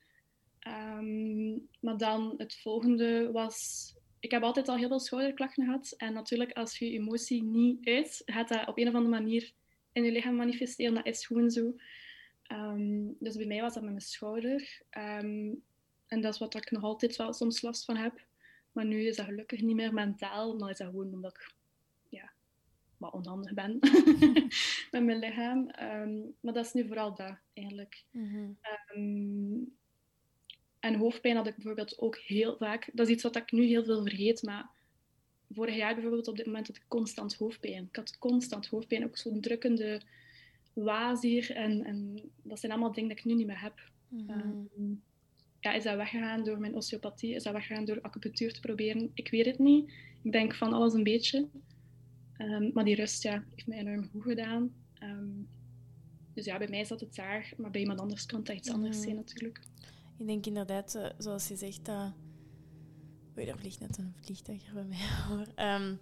Um, maar dan het volgende was... Ik heb altijd al heel veel schouderklachten gehad. En natuurlijk, als je je emotie niet uit, gaat dat op een of andere manier in je lichaam manifesteren. Dat is gewoon zo. Um, dus bij mij was dat met mijn schouder. Um, en dat is wat ik nog altijd wel soms last van heb. Maar nu is dat gelukkig niet meer mentaal. Dan is dat gewoon omdat ik ja, wat onhandig ben met mijn lichaam. Um, maar dat is nu vooral dat, eigenlijk. Mm-hmm. Um, en hoofdpijn had ik bijvoorbeeld ook heel vaak. Dat is iets wat ik nu heel veel vergeet, maar vorig jaar bijvoorbeeld op dit moment had ik constant hoofdpijn. Ik had constant hoofdpijn, ook zo'n drukkende waas hier. En, en dat zijn allemaal dingen die ik nu niet meer heb. Mm-hmm. Um, ja, is dat weggegaan door mijn osteopathie? Is dat weggegaan door acupunctuur te proberen? Ik weet het niet. Ik denk van alles een beetje. Um, maar die rust ja, heeft mij enorm goed gedaan. Um, dus ja, bij mij zat het daar. Maar bij iemand anders kan het iets anders mm-hmm. zijn natuurlijk. Ik denk inderdaad, zoals je zegt, dat... Oei, daar vliegt net een vliegtuig hier bij mij hoor. Um,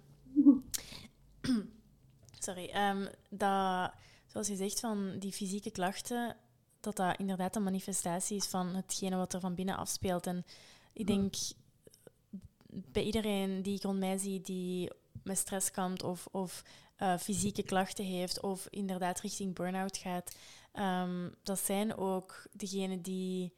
sorry. Um, dat, zoals je zegt, van die fysieke klachten, dat dat inderdaad een manifestatie is van hetgene wat er van binnen afspeelt. En ik denk, bij iedereen die ik rond mij zie die met stress kampt of, of uh, fysieke klachten heeft of inderdaad richting burn-out gaat, um, dat zijn ook degenen die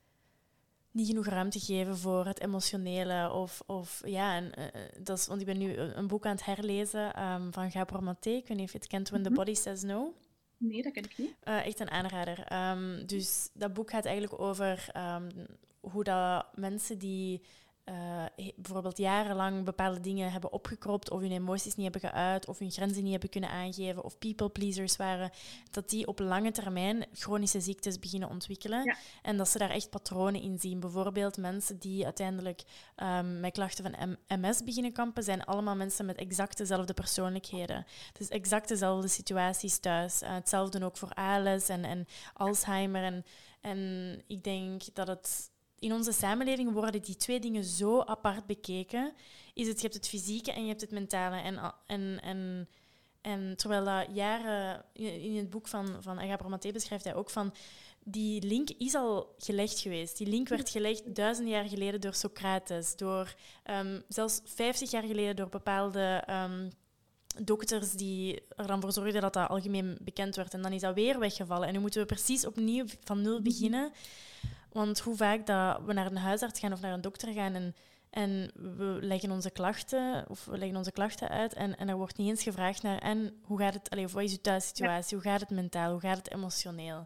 niet genoeg ruimte geven voor het emotionele. Of, of ja, en, uh, dat is, want ik ben nu een boek aan het herlezen um, van Gabor Maté. Ik weet niet of je het kent, When the Body Says No. Nee, dat ken ik niet. Uh, echt een aanrader. Um, dus dat boek gaat eigenlijk over um, hoe dat mensen die uh, bijvoorbeeld jarenlang bepaalde dingen hebben opgekropt of hun emoties niet hebben geuit of hun grenzen niet hebben kunnen aangeven of people pleasers waren, dat die op lange termijn chronische ziektes beginnen ontwikkelen. Ja. En dat ze daar echt patronen in zien. Bijvoorbeeld mensen die uiteindelijk um, met klachten van M S beginnen kampen, zijn allemaal mensen met exact dezelfde persoonlijkheden. Dus exact dezelfde situaties thuis. Uh, hetzelfde ook voor A L S en, en Alzheimer. En, en ik denk dat het... In onze samenleving worden die twee dingen zo apart bekeken. Is het, je hebt het fysieke en je hebt het mentale. En, en, en, en terwijl dat jaren... In het boek van, van Gabor Maté beschrijft hij ook van... Die link is al gelegd geweest. Die link werd gelegd duizenden jaar geleden door Socrates. Door, um, zelfs vijftig jaar geleden door bepaalde... Um, dokters die er dan voor zorgden dat dat algemeen bekend werd. En dan is dat weer weggevallen. En nu moeten we precies opnieuw van nul beginnen... Want hoe vaak dat we naar een huisarts gaan of naar een dokter gaan en, en we leggen onze klachten of we leggen onze klachten uit en, en er wordt niet eens gevraagd naar en hoe gaat het, allez, wat is je thuissituatie, ja. Hoe gaat het mentaal, hoe gaat het emotioneel.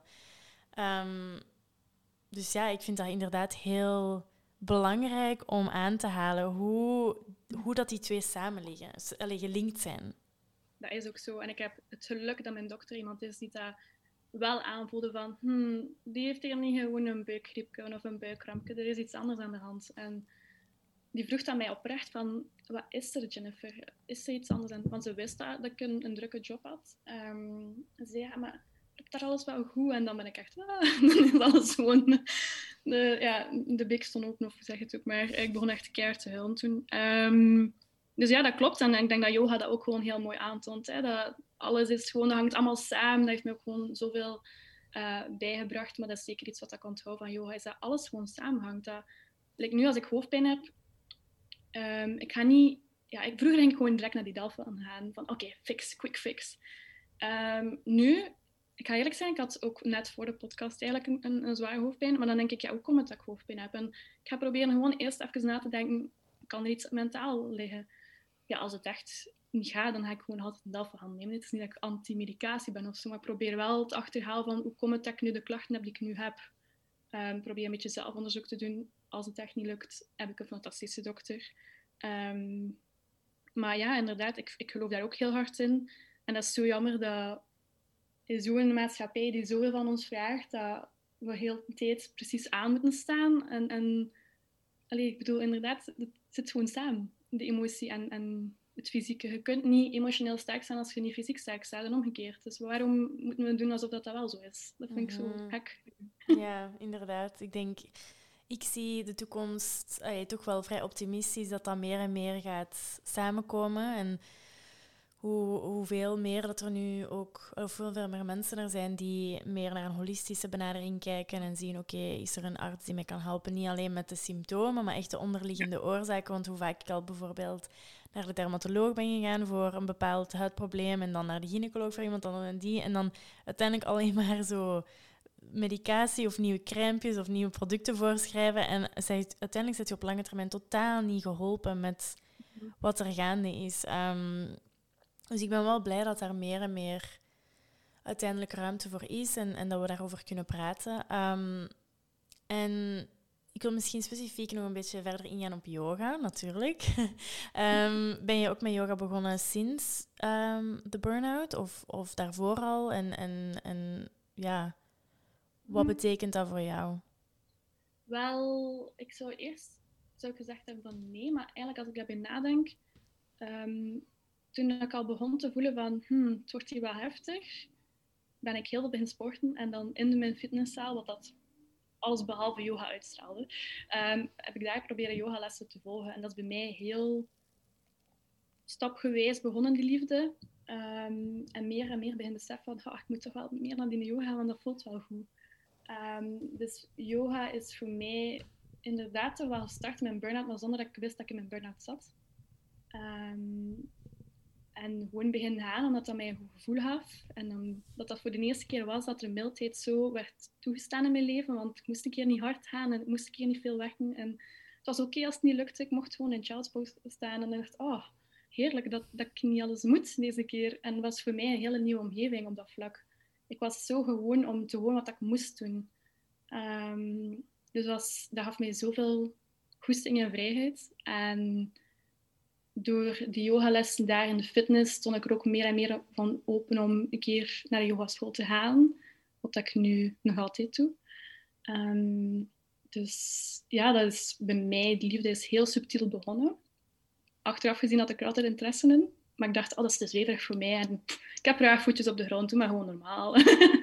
Um, dus ja, ik vind dat inderdaad heel belangrijk om aan te halen hoe, hoe dat die twee samenliggen, allez, gelinkt zijn. Dat is ook zo. En ik heb het geluk dat mijn dokter iemand is die dat wel aanvoelde van, hmm, die heeft hier niet gewoon een buikgriepje of een buikkrampje, er is iets anders aan de hand. En die vroeg aan mij oprecht van, wat is er, Jennifer? Is er iets anders aan? Want ze wist dat, dat ik een, een drukke job had. Um, en ze zei, ja, maar heb daar alles wel goed? En dan ben ik echt, ah, dan is alles gewoon... De, ja, de bik stond ook nog, zeg het ook maar. Ik begon echt keihard te huilen toen. Um, dus ja, dat klopt. En ik denk dat yoga dat ook gewoon heel mooi aantoont. Hè? Dat alles is gewoon, dat hangt allemaal samen. Dat heeft me ook gewoon zoveel uh, bijgebracht. Maar dat is zeker iets wat ik onthoud van yoga, is dat alles gewoon samenhangt. Dat, like nu als ik hoofdpijn heb, um, ik ga niet... Ja, ik, vroeger ging ik gewoon direct naar die Delphi gaan. Van oké, okay, fix, quick fix. Um, nu... Ik ga eerlijk zijn, ik had ook net voor de podcast eigenlijk een, een, een zware hoofdpijn. Maar dan denk ik, ja, hoe komt het dat ik hoofdpijn heb? En ik ga proberen gewoon eerst even na te denken, kan er iets mentaal liggen? Ja, als het echt niet gaat, dan ga ik gewoon altijd een Delphi nemen. Het is niet dat ik anti-medicatie ben of zo, maar ik probeer wel te achterhalen van hoe komt het dat ik nu de klachten heb die ik nu heb. Um, probeer een beetje zelfonderzoek te doen. Als het echt niet lukt, heb ik een fantastische dokter. Um, maar ja, inderdaad, ik, ik geloof daar ook heel hard in. En dat is zo jammer dat... in zo'n maatschappij die zoveel van ons vraagt, dat we heel de tijd precies aan moeten staan. En, en allee, ik bedoel, inderdaad, het zit gewoon samen, de emotie en, en het fysieke. Je kunt niet emotioneel sterk zijn als je niet fysiek sterk staat en omgekeerd. Dus waarom moeten we doen alsof dat, dat wel zo is? Dat vind ik mm-hmm. zo gek. Ja, inderdaad. Ik denk, ik zie de toekomst allee, toch wel vrij optimistisch dat dat meer en meer gaat samenkomen. En hoe, hoeveel meer dat er nu ook, of hoeveel meer mensen er zijn die meer naar een holistische benadering kijken en zien, oké, okay, is er een arts die mij kan helpen? Niet alleen met de symptomen, maar echt de onderliggende oorzaken. Want hoe vaak ik al bijvoorbeeld naar de dermatoloog ben gegaan voor een bepaald huidprobleem en dan naar de gynaecoloog voor iemand anders en die. En dan uiteindelijk alleen maar zo medicatie of nieuwe crèmpjes of nieuwe producten voorschrijven. En zij, uiteindelijk zit je op lange termijn totaal niet geholpen met wat er gaande is. Um, dus ik ben wel blij dat daar meer en meer uiteindelijk ruimte voor is en, en dat we daarover kunnen praten. Um, en ik wil misschien specifiek nog een beetje verder ingaan op yoga, natuurlijk. um, ben je ook met yoga begonnen sinds um, de burn-out of, of daarvoor al? En, en, en ja, wat betekent dat voor jou? Wel, ik zou eerst zou ik gezegd hebben van nee, maar eigenlijk als ik daarbij nadenk, um, toen ik al begon te voelen van hmm, het wordt hier wel heftig, ben ik heel veel beginnen sporten en dan in mijn fitnesszaal, wat dat alles behalve yoga uitstraalde, um, heb ik daar proberen yogalessen te volgen. En dat is bij mij heel stapgewijs begonnen, die liefde. Um, en meer en meer begin beseffen van, oh, ik moet toch wel meer naar die yoga gaan, want dat voelt wel goed. Um, dus yoga is voor mij inderdaad wel gestart met een burn-out, maar zonder dat ik wist dat ik in mijn burn-out zat. Um, en gewoon beginnen gaan, omdat dat mij een goed gevoel gaf. En um, dat dat voor de eerste keer was dat er mildheid zo werd toegestaan in mijn leven. Want ik moest een keer niet hard gaan en ik moest een keer niet veel werken. En het was oké okay als het niet lukte. Ik mocht gewoon in child's pose staan. En dan dacht ik, oh, heerlijk dat, dat ik niet alles moet deze keer. En dat was voor mij een hele nieuwe omgeving op dat vlak. Ik was zo gewoon om te doen wat ik moest doen. Um, dus was, dat gaf mij zoveel goesting en vrijheid. En door die yogalessen daar in de fitness stond ik er ook meer en meer van open om een keer naar de yogaschool te gaan. Wat ik nu nog altijd doe. Um, dus ja, dat is bij mij, die liefde is heel subtiel begonnen. Achteraf gezien had ik er altijd interesse in. Maar ik dacht, oh, dat is te zweverig voor mij. En pff, ik heb raar voetjes op de grond, doe maar gewoon normaal.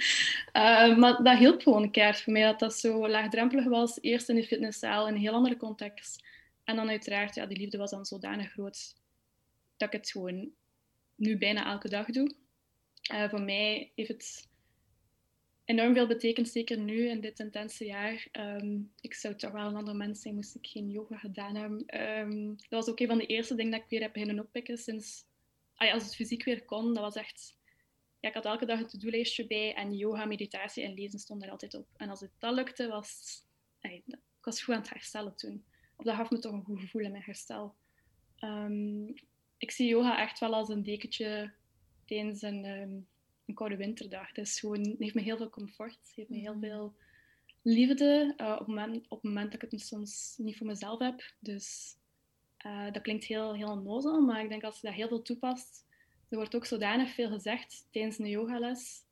uh, maar dat hielp gewoon een keer voor mij, dat dat zo laagdrempelig was. Eerst in de fitnesszaal, in een heel andere context. En dan uiteraard, ja, die liefde was dan zodanig groot dat ik het gewoon nu bijna elke dag doe. Uh, voor mij heeft het enorm veel betekend, zeker nu in dit intense jaar. Um, ik zou toch wel een ander mens zijn, moest ik geen yoga gedaan hebben. Um, dat was ook een van de eerste dingen dat ik weer heb beginnen oppikken sinds... Ah ja, als het fysiek weer kon, dat was echt... Ja, ik had elke dag een to-do-lijstje bij en yoga, meditatie en lezen stond er altijd op. En als het dat lukte, was... Ay, ik was goed aan het herstellen toen. Of dat gaf me toch een goed gevoel in mijn herstel. Um, ik zie yoga echt wel als een dekentje tijdens een, um, een koude winterdag. Het, is gewoon, het heeft me heel veel comfort. Het heeft me heel veel liefde. Uh, op, het moment, op het moment dat ik het soms niet voor mezelf heb. Dus uh, dat klinkt heel, heel onnozel. Maar ik denk als je dat heel veel toepast. Er wordt ook zodanig veel gezegd tijdens een yogales.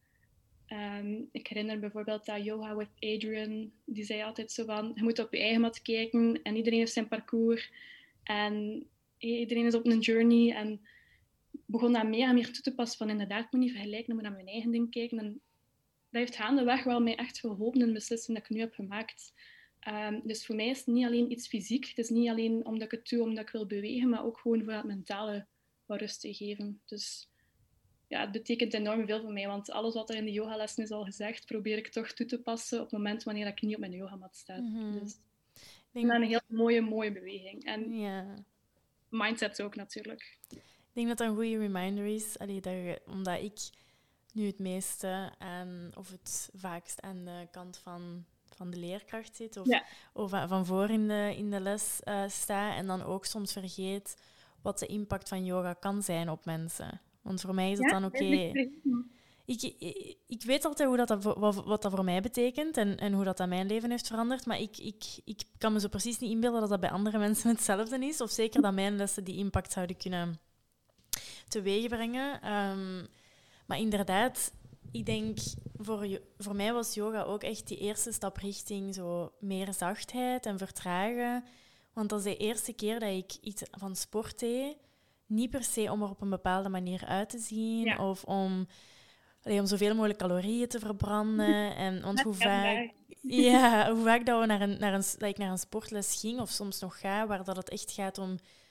Um, ik herinner me bijvoorbeeld dat Yoga with Adrian, die zei altijd zo van, je moet op je eigen mat kijken en iedereen heeft zijn parcours en iedereen is op een journey en begon dat meer en meer toe te passen van inderdaad, ik moet niet vergelijken, ik moet naar mijn eigen ding kijken en dat heeft gaandeweg wel mij echt geholpen in de beslissing dat ik nu heb gemaakt. Um, dus voor mij is het niet alleen iets fysiek, het is niet alleen omdat ik het doe, omdat ik wil bewegen, maar ook gewoon voor het mentale wat rust te geven. Dus ja, het betekent enorm veel voor mij, want alles wat er in de yogalessen is al gezegd, probeer ik toch toe te passen op het moment wanneer ik niet op mijn yogamat sta. Mm-hmm. Dus ik denk dat een heel mooie, mooie beweging. En ja. mindset ook natuurlijk. Ik denk dat dat een goede reminder is, allee, dat je, omdat ik nu het meeste aan, of het vaakst aan de kant van, van de leerkracht zit, of, ja. of van voor in de, in de les uh, sta, en dan ook soms vergeet wat de impact van yoga kan zijn op mensen. Want voor mij is het ja, dan oké. Okay. Ik, ik, ik weet altijd hoe dat, dat, wat, wat dat voor mij betekent en, en hoe dat, dat mijn leven heeft veranderd. Maar ik, ik, ik kan me zo precies niet inbeelden dat dat bij andere mensen hetzelfde is. Of zeker dat mijn lessen die impact zouden kunnen teweegbrengen. Um, maar inderdaad, ik denk, voor, voor mij was yoga ook echt die eerste stap richting zo meer zachtheid en vertragen. Want dat is de eerste keer dat ik iets van sport deed. Niet per se om er op een bepaalde manier uit te zien ja. of om, allee, om zoveel mogelijk calorieën te verbranden. En, want hoe vaak, ja, hoe vaak dat, we naar een, naar, een, dat ik naar een sportles ging, of soms nog ga, waar dat het echt gaat om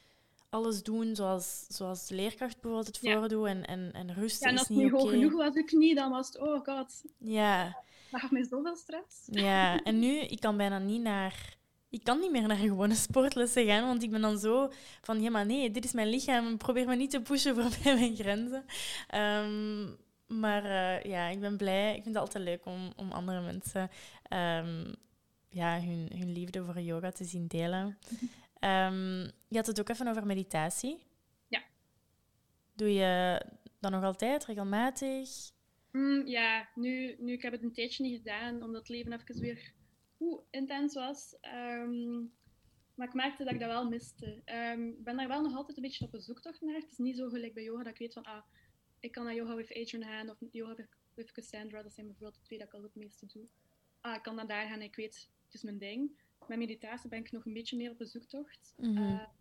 alles doen zoals, zoals de leerkracht bijvoorbeeld het Ja. voordoet en, en, en rusten Ja, en is als het niet niet oké. hoog genoeg was, ook niet, dan was het, oh god, Ja, dat gaf mij zoveel stress. ja. En nu, ik kan bijna niet naar... Ik kan niet meer naar gewone sportlessen gaan, want ik ben dan zo van, ja, maar nee, dit is mijn lichaam, probeer me niet te pushen voorbij mijn grenzen. Um, maar uh, ja, ik ben blij. Ik vind het altijd leuk om, om andere mensen um, ja, hun, hun liefde voor yoga te zien delen. Um, je had het ook even over meditatie. Ja. Doe je dat nog altijd, regelmatig? Mm, ja, nu, nu ik heb het een tijdje niet gedaan, omdat het leven even weer hoe intens was. Um, maar ik merkte dat ik dat wel miste. Um, ik ben daar wel nog altijd een beetje op een zoektocht naar. Het is niet zo gelijk bij yoga dat ik weet van, ah, ik kan naar yoga with Adrian gaan of yoga with Cassandra. Dat zijn bijvoorbeeld de twee dat ik al het meeste doe. Ah, ik kan naar daar gaan en ik weet, het is mijn ding. Met meditatie ben ik nog een beetje meer op een zoektocht. Mm-hmm. Uh,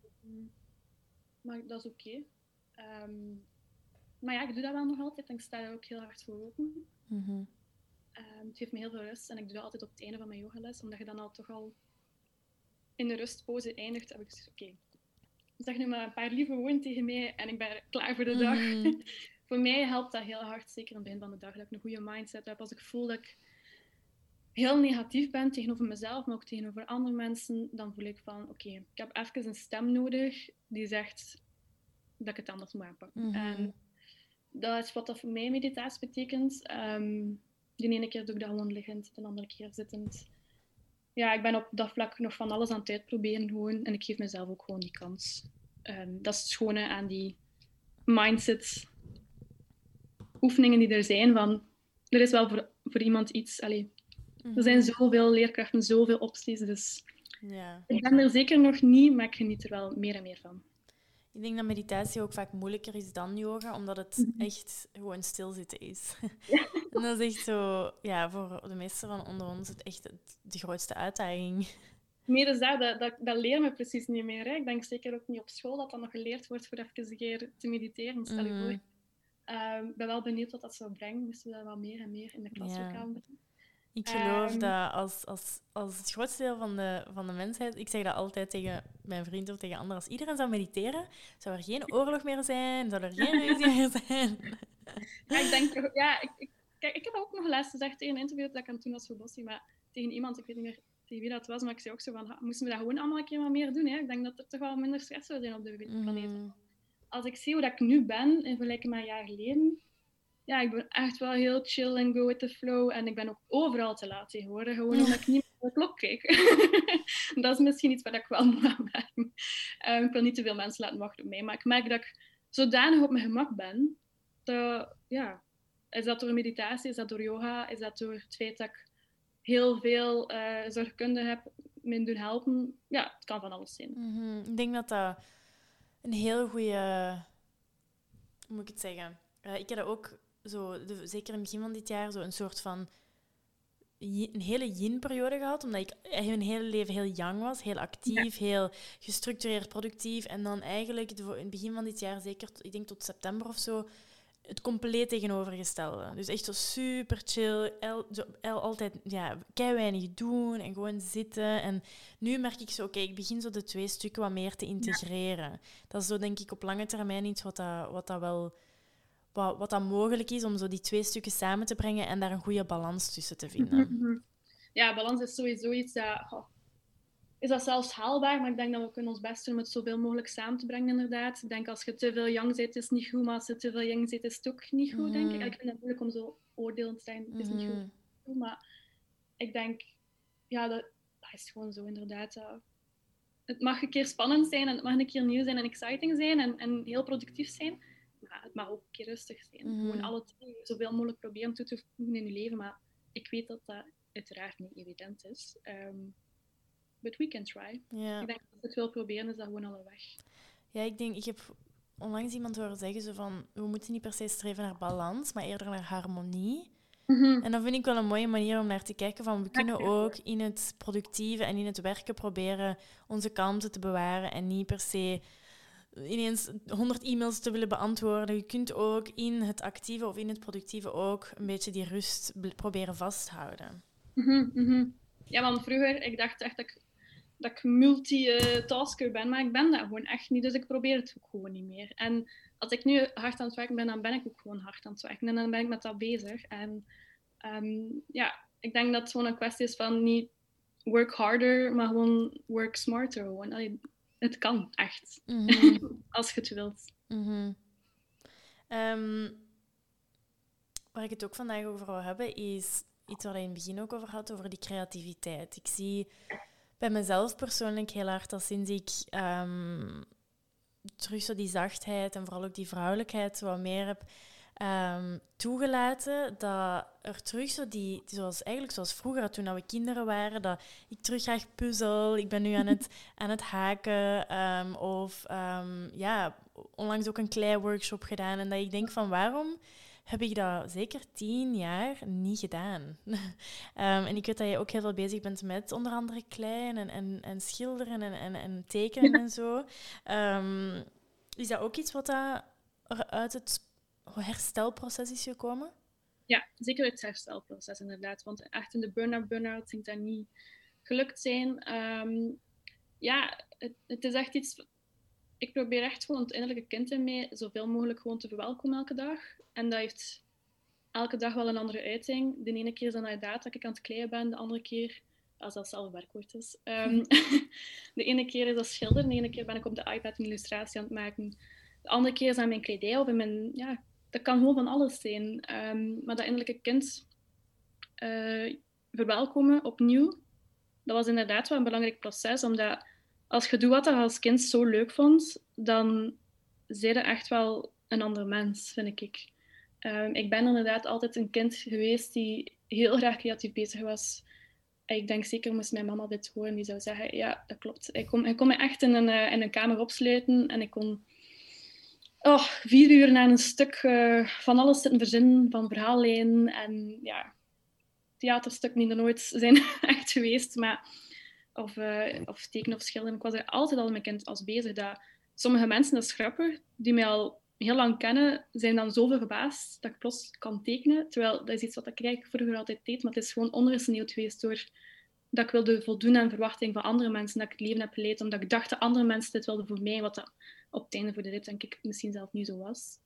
maar dat is oké. Okay. Um, maar ja, ik doe dat wel nog altijd en ik sta daar ook heel hard voor open. Mm-hmm. Um, het geeft me heel veel rust en ik doe dat altijd op het einde van mijn yogales, omdat je dan al toch al in de rustpauze eindigt. Heb ik gezegd, oké, okay, zeg nu maar een paar lieve woorden tegen mij en ik ben klaar voor de dag. Mm-hmm. Voor mij helpt dat heel hard, zeker in het begin van de dag, dat ik een goede mindset heb. Als ik voel dat ik heel negatief ben tegenover mezelf, maar ook tegenover andere mensen, dan voel ik van, oké, okay, ik heb even een stem nodig die zegt dat ik het anders moet aanpakken. Mm-hmm. En dat is wat dat voor mij meditatie betekent. Um, de ene keer doe ik dat gewoon liggend, de andere keer zittend. Ja, ik ben op dat vlak nog van alles aan het uitproberen gewoon. En ik geef mezelf ook gewoon die kans. Um, dat is het schone aan die mindset oefeningen die er zijn. Van, er is wel voor, voor iemand iets. Allee, mm-hmm. Er zijn zoveel leerkrachten, zoveel opties. Dus yeah. Ik ben er zeker nog niet, maar ik geniet er wel meer en meer van. Ik denk dat meditatie ook vaak moeilijker is dan yoga, omdat het mm-hmm. echt gewoon stilzitten is. Ja. En dat is echt zo, ja, voor de meesten van onder ons het echt de grootste uitdaging. Nee, dus dat, dat, dat, dat leren we precies niet meer. Hè. Ik denk zeker ook niet op school dat dat nog geleerd wordt voor even een keer te mediteren. Stel je mm. voor. Ik uh, ben wel benieuwd wat dat zou brengen. Moesten we dat wel meer en meer in de klaslokaal doen. Ja. Ik geloof um, dat als, als, als het grootste deel van de, van de mensheid... Ik zeg dat altijd tegen mijn vrienden of tegen anderen. Als iedereen zou mediteren, zou er geen oorlog meer zijn. Zou er geen ruzie meer zijn. Ja, ik denk... Ja, ik, ik, kijk, ik heb ook nog laatst gezegd tegen een interview dat ik aan het doen was voor Bossie, maar tegen iemand, ik weet niet meer tegen wie dat was, maar ik zei ook zo van, moesten we dat gewoon allemaal een keer wat meer doen? Hè? Ik denk dat er toch wel minder stress zou zijn op de planeet. Mm. Als ik zie hoe dat ik nu ben, in vergelijking met een jaar geleden... Ja, ik ben echt wel heel chill en go with the flow. En ik ben ook overal te laat tegenwoordig. Gewoon omdat ik niet naar de klok kijk. Dat is misschien iets waar ik wel moet aan merken. Um, ik wil niet te veel mensen laten wachten op mij. Maar ik merk dat ik zodanig op mijn gemak ben. Dat, ja, is dat door meditatie? Is dat door yoga? Is dat door het feit dat ik heel veel uh, zorgkunde heb me doen helpen? Ja, het kan van alles zijn. Mm-hmm. Ik denk dat dat een heel goede... Hoe moet ik het zeggen? Uh, ik heb dat ook... Zo, de, zeker in het begin van dit jaar, zo een soort van een hele yin-periode gehad, omdat ik mijn hele leven heel young was, heel actief, ja. heel gestructureerd, productief. En dan eigenlijk de, in het begin van dit jaar, zeker ik denk tot september of zo, het compleet tegenovergestelde. Dus echt zo super chill, el, zo, el, altijd ja, kei weinig doen en gewoon zitten. En nu merk ik zo, oké, okay, ik begin zo de twee stukken wat meer te integreren. Ja. Dat is zo denk ik op lange termijn iets wat dat, wat dat wel... Wat, wat dan mogelijk is om zo die twee stukken samen te brengen en daar een goede balans tussen te vinden. Mm-hmm. Ja, balans is sowieso iets dat... Oh, is dat zelfs haalbaar, maar ik denk dat we kunnen ons best doen om het zoveel mogelijk samen te brengen, inderdaad. Ik denk als je te veel young bent, is het niet goed, maar als je te veel young bent, is het ook niet goed, mm-hmm. denk ik. Ik vind het moeilijk om zo oordelend te zijn, het is mm-hmm. niet goed. Maar ik denk, ja, dat, dat is gewoon zo, inderdaad. Uh, het mag een keer spannend zijn en het mag een keer nieuw zijn en exciting zijn en, en heel productief zijn. Maar het mag ook een keer rustig zijn. Mm. Gewoon alle twee zoveel mogelijk proberen toe te voegen in je leven. Maar ik weet dat dat uiteraard niet evident is. Um, but we can try. Yeah. Ik denk dat als je het wil proberen, is dat gewoon alle weg. Ja, ik denk... Ik heb onlangs iemand horen zeggen zo van... We moeten niet per se streven naar balans, maar eerder naar harmonie. Mm-hmm. En dat vind ik wel een mooie manier om naar te kijken. Van we kunnen ook in het productieve en in het werken proberen onze kalmte te bewaren en niet per se... ineens honderd e-mails te willen beantwoorden. Je kunt ook in het actieve of in het productieve ook een beetje die rust proberen vasthouden. Mm-hmm, mm-hmm. Ja, want vroeger, ik dacht echt dat ik dat ik multitasker ben, maar ik ben dat gewoon echt niet. Dus ik probeer het ook gewoon niet meer. En als ik nu hard aan het werken ben, dan ben ik ook gewoon hard aan het werken. En dan ben ik met dat bezig. En um, ja, ik denk dat het gewoon een kwestie is van niet work harder, maar gewoon work smarter. Gewoon. Allee, het kan echt. Mm-hmm. Als je het wilt. Mm-hmm. Um, waar ik het ook vandaag over wil hebben, is iets waar je in het begin ook over had, over die creativiteit. Ik zie bij mezelf persoonlijk heel hard dat sinds ik um, terug zo die zachtheid en vooral ook die vrouwelijkheid wat meer heb um, toegelaten, dat er terug zo die, zoals, eigenlijk zoals vroeger, toen we kinderen waren, dat ik terug graag puzzel, ik ben nu aan het, aan het haken um, of um, ja, onlangs ook een klei-workshop gedaan en dat ik denk van waarom heb ik dat zeker tien jaar niet gedaan. um, en ik weet dat je ook heel veel bezig bent met onder andere klei en, en, en schilderen en, en, en tekenen ja. en zo. Um, is dat ook iets wat dat er uit het herstelproces is gekomen? Ja, zeker het herstelproces inderdaad. Want echt in de burn-out, burn-out ging dat niet gelukt zijn. Um, ja, het, het is echt iets... Ik probeer echt gewoon het innerlijke kind in mij zoveel mogelijk gewoon te verwelkomen elke dag. En dat heeft elke dag wel een andere uiting. De ene keer is dan inderdaad dat ik aan het kleien ben. De andere keer, als dat zelf werkwoord is. Um, de ene keer is dat schilderen. De ene keer ben ik op de iPad een illustratie aan het maken. De andere keer is aan mijn kledij of in mijn... Ja, dat kan gewoon van alles zijn. Um, maar dat innerlijke kind uh, verwelkomen opnieuw, dat was inderdaad wel een belangrijk proces. Omdat als je doet wat je als kind zo leuk vond, dan ben je echt wel een ander mens, vind ik. Um, ik ben inderdaad altijd een kind geweest die heel graag creatief bezig was. Ik denk zeker, moest mijn mama dit horen, die zou zeggen, ja, dat klopt. Ik kon, ik kon me echt in een, uh, in een kamer opsluiten en ik kon oh, vier uur naar een stuk uh, van alles zitten verzinnen, van verhaallijnen en ja, theaterstukken die er nooit zijn echt geweest, maar of, uh, of tekenen of schilderen. Ik was er altijd al met kind als bezig. Dat sommige mensen, dat is grappig, die mij al heel lang kennen, zijn dan zoveel verbaasd dat ik plots kan tekenen. Terwijl dat is iets wat ik eigenlijk vroeger altijd deed, maar het is gewoon ondergesneeuwd geweest door dat ik wilde voldoen aan verwachting van andere mensen, dat ik het leven heb geleid, omdat ik dacht dat andere mensen dit wilden voor mij, wat dat op het einde voor de rit denk ik misschien zelf niet zo was.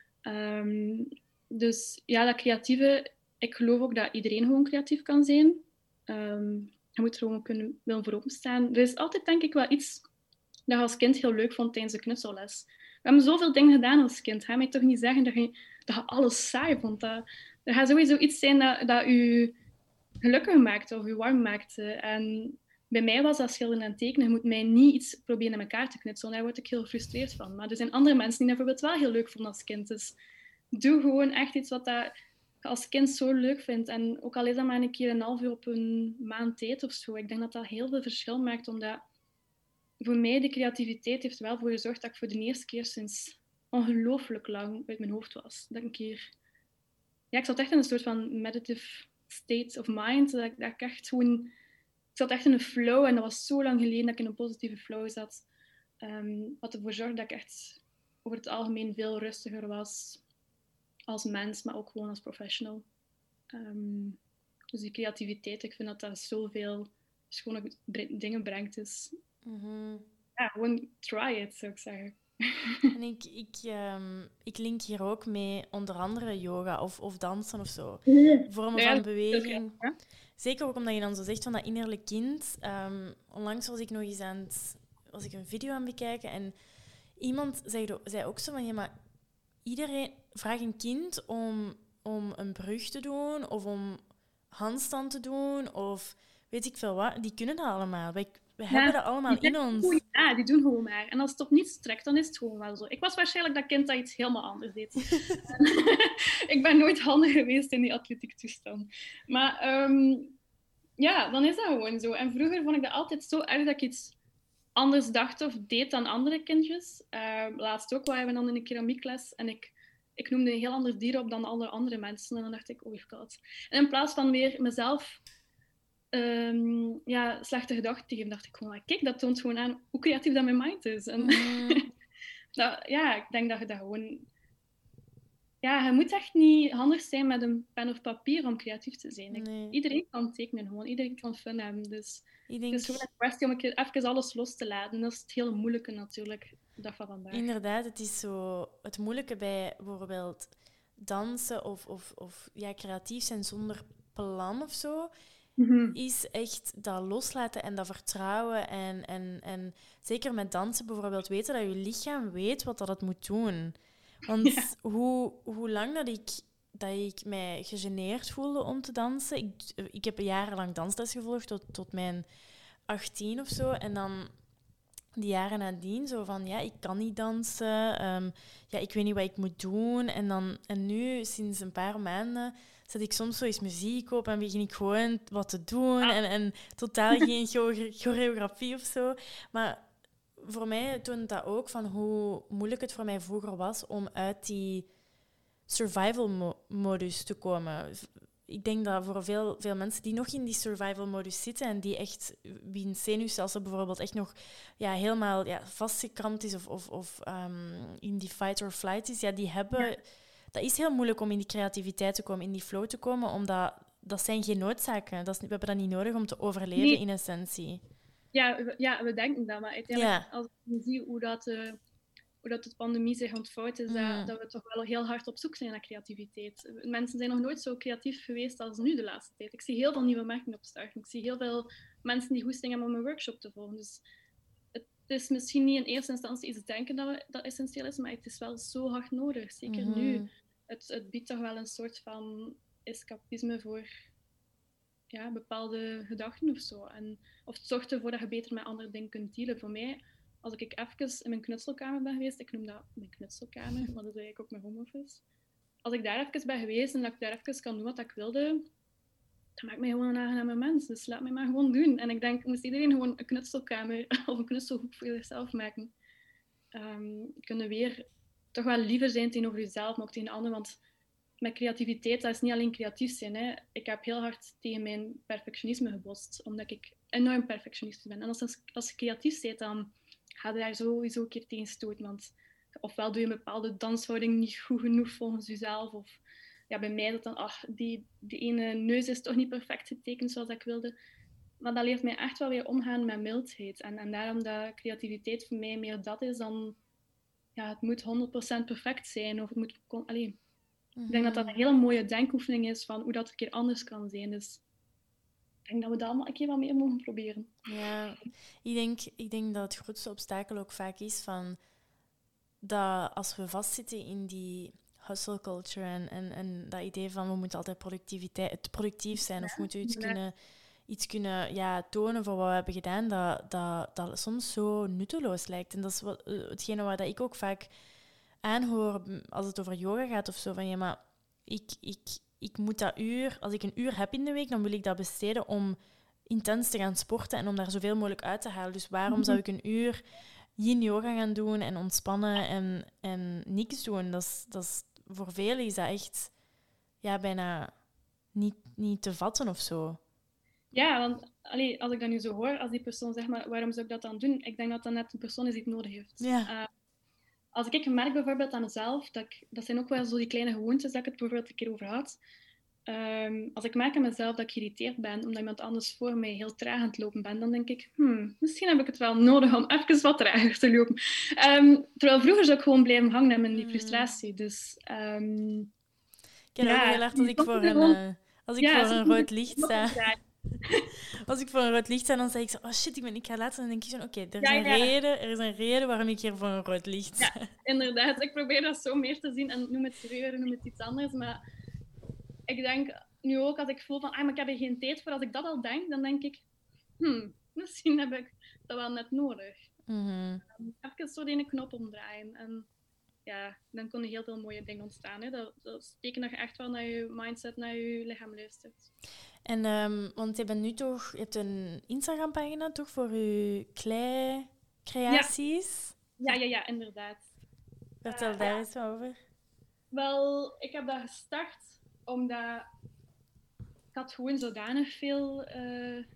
Um, dus ja, dat creatieve, ik geloof ook dat iedereen gewoon creatief kan zijn. Um, je moet er gewoon kunnen willen voor openstaan. Er is altijd denk ik wel iets dat je als kind heel leuk vond tijdens de knutselles. We hebben zoveel dingen gedaan als kind. Ga mij toch niet zeggen dat je, dat je alles saai vond. Dat, er gaat sowieso iets zijn dat, dat je gelukkig maakt of je warm maakt. En bij mij was dat schilderen en tekenen. Je moet mij niet iets proberen in elkaar te knutselen. Daar word ik heel gefrustreerd van. Maar er zijn andere mensen die dat bijvoorbeeld wel heel leuk vonden als kind. Dus doe gewoon echt iets wat dat je als kind zo leuk vindt. En ook al is dat maar een keer een half uur op een maand tijd of zo. Ik denk dat dat heel veel verschil maakt. Omdat voor mij de creativiteit heeft wel voor gezorgd dat ik voor de eerste keer sinds ongelooflijk lang uit mijn hoofd was. Dat ik een keer... Ja, ik zat echt in een soort van meditative state of mind. Dat ik, dat ik echt gewoon... Ik zat echt in een flow en dat was zo lang geleden dat ik in een positieve flow zat. Um, wat ervoor zorgde dat ik echt over het algemeen veel rustiger was als mens, maar ook gewoon als professional. Um, dus die creativiteit, ik vind dat dat zoveel schone dingen brengt. Dus mm-hmm. Ja, gewoon try it, zou ik zeggen. En ik, ik, um, ik link hier ook mee onder andere yoga of, of dansen of zo. Vormen ja, van beweging. Ja. Zeker ook omdat je dan zo zegt van dat innerlijk kind. Um, onlangs was ik nog eens aan het, was ik een video aan het bekijken en iemand zei, zei ook zo van ja, maar iedereen vraagt een kind om, om een brug te doen of om handstand te doen of weet ik veel wat. Die kunnen dat allemaal. Wij, we ja, hebben dat allemaal in ons. Gewoon, ja, die doen gewoon maar. En als het op niets trekt, dan is het gewoon wel zo. Ik was waarschijnlijk dat kind dat iets helemaal anders deed. Ik ben nooit handig geweest in die atletiek toestand. Maar um, ja, dan is dat gewoon zo. En vroeger vond ik dat altijd zo erg dat ik iets anders dacht of deed dan andere kindjes. Uh, laatst ook waren we dan in een keramiekles en ik, ik noemde een heel ander dier op dan alle andere mensen. En dan dacht ik, oh god. En in plaats van weer mezelf um, ja, slechte gedachten te geven, dacht ik gewoon, kijk, dat toont gewoon aan hoe creatief dat mijn mind is. En mm. dat, ja, ik denk dat je dat gewoon Ja, je moet echt niet handig zijn met een pen of papier om creatief te zijn. Ik, Nee. iedereen kan tekenen gewoon, iedereen kan fun hebben. Dus Ik het denk, is gewoon een kwestie om een keer even alles los te laten. Dat is het hele moeilijke natuurlijk, de dag van vandaag. inderdaad, het is zo het moeilijke bij bijvoorbeeld dansen of, of, of ja, creatief zijn zonder plan of zo, Mhm. is echt dat loslaten en dat vertrouwen. En, en, en zeker met dansen bijvoorbeeld, weten dat je lichaam weet wat dat het moet doen. Ja. Want hoe, hoe lang dat ik, dat ik mij gegeneerd voelde om te dansen... Ik, ik heb jarenlang dansles gevolgd tot, tot mijn achttien of zo. En dan die jaren nadien zo van, ja, ik kan niet dansen. Um, ja, ik weet niet wat ik moet doen. En, dan, en nu, sinds een paar maanden, zet ik soms zo eens muziek op en begin ik gewoon wat te doen. Ah. En, en totaal geen chore- choreografie of zo. Maar voor mij toont dat ook van hoe moeilijk het voor mij vroeger was om uit die survival-modus te komen. Ik denk dat voor veel, veel mensen die nog in die survival-modus zitten en die echt, wie zenuwstelsel bijvoorbeeld echt nog ja, helemaal ja, vastgekrampt is of, of, of um, in die fight-or-flight is, ja, die hebben... Ja. Dat is heel moeilijk om in die creativiteit te komen, in die flow te komen, omdat dat zijn geen noodzaken. Dat is, we hebben dat niet nodig om te overleven, nee. In essentie. Ja, we, ja, we denken dat, maar uiteindelijk, ja. Als je ziet hoe dat... Uh... hoe dat de pandemie zich ontvouwt, is dat, mm. dat we toch wel heel hard op zoek zijn naar creativiteit. Mensen zijn nog nooit zo creatief geweest als nu de laatste tijd. Ik zie heel veel nieuwe merken opstarten. Ik zie heel veel mensen die goesting hebben om een workshop te volgen. Dus het is misschien niet in eerste instantie iets denken dat, we, dat essentieel is, maar het is wel zo hard nodig. Zeker mm-hmm. nu. Het, het biedt toch wel een soort van escapisme voor ja, bepaalde gedachten of zo. En, of het zorgt ervoor dat je beter met andere dingen kunt dealen. Voor mij... Als ik even in mijn knutselkamer ben geweest, ik noem dat mijn knutselkamer, maar dat is eigenlijk ook mijn home office. Als ik daar even ben geweest en dat ik daar even kan doen wat ik wilde, dan maakt mij gewoon een aangename mens. Dus laat mij maar gewoon doen. En ik denk, moest iedereen gewoon een knutselkamer of een knutselhoek voor zichzelf maken. Um, kunnen weer toch wel liever zijn tegenover jezelf, maar ook tegen anderen. Want met creativiteit, dat is niet alleen creatief zijn. Hè. Ik heb heel hard tegen mijn perfectionisme gebotst, omdat ik enorm perfectionist ben. En als, als je creatief bent, dan ga je daar sowieso een keer tegen stoten. Want ofwel doe je een bepaalde danshouding niet goed genoeg volgens jezelf. Of ja, bij mij dat dan, ach, die, die ene neus is toch niet perfect getekend zoals ik wilde. Maar dat leert mij echt wel weer omgaan met mildheid. En, en daarom dat creativiteit voor mij meer dat is dan... Ja, het moet honderd procent perfect zijn. Of het moet... Allee, mm-hmm. Ik denk dat dat een hele mooie denkoefening is van hoe dat een keer anders kan zijn. Dus ik denk dat we dat allemaal een keer wat meer mogen proberen. Ja, ik denk, ik denk dat het grootste obstakel ook vaak is van dat als we vastzitten in die hustle culture en, en, en dat idee van we moeten altijd productiviteit, productief zijn of we moeten iets kunnen, iets kunnen ja, tonen voor wat we hebben gedaan, dat, dat, dat soms zo nutteloos lijkt. En dat is wat, hetgene waar dat ik ook vaak aanhoor als het over yoga gaat of zo, van ja, maar ik... ik Ik moet dat uur, als ik een uur heb in de week, dan wil ik dat besteden om intens te gaan sporten en om daar zoveel mogelijk uit te halen. Dus waarom zou ik een uur yin yoga gaan doen en ontspannen en, en niks doen? Dat is, dat is, voor velen is dat echt ja, bijna niet, niet te vatten of zo. Ja, want allee, als ik dat nu zo hoor, als die persoon zegt, maar waarom zou ik dat dan doen? Ik denk dat dat net een persoon is die het nodig heeft. Ja. Uh, Als ik merk bijvoorbeeld aan mezelf, dat, ik, dat zijn ook wel zo die kleine gewoontes dat ik het bijvoorbeeld een keer over had. Um, als ik merk aan mezelf dat ik geïrriteerd ben omdat iemand anders voor mij heel traag aan het lopen ben, dan denk ik, hmm, misschien heb ik het wel nodig om even wat trager te lopen. Um, terwijl vroeger zou ik gewoon blijven hangen in die frustratie. Dus, um, ik ken ja, ook heel hard als ik voor een, uh, als ik ja, voor een rood licht sta. Als ik voor een rood licht sta, dan zeg ik zo, oh shit, ik, ben, ik ga later. En dan denk ik zo, oké, okay, er, ja, ja. er is een reden waarom ik hier voor een rood licht sta. Ja, inderdaad. Ik probeer dat zo meer te zien. En noem het serieus, noem het iets anders. Maar ik denk nu ook, als ik voel van, ah, maar ik heb er geen tijd voor. Als ik dat al denk, dan denk ik, hmm, misschien heb ik dat wel net nodig. Mm-hmm. Um, even zo die knop omdraaien. En ja, dan kunnen heel veel mooie dingen ontstaan. Hè. Dat, dat betekent dat je echt wel naar je mindset, naar je lichaam luistert. En, um, want je bent nu toch, je hebt een Instagram-pagina toch voor je klei-creaties? Ja. ja, ja, ja, inderdaad. Vertel uh, daar ja. eens over. Wel, ik heb dat gestart omdat ik had gewoon zodanig veel uh,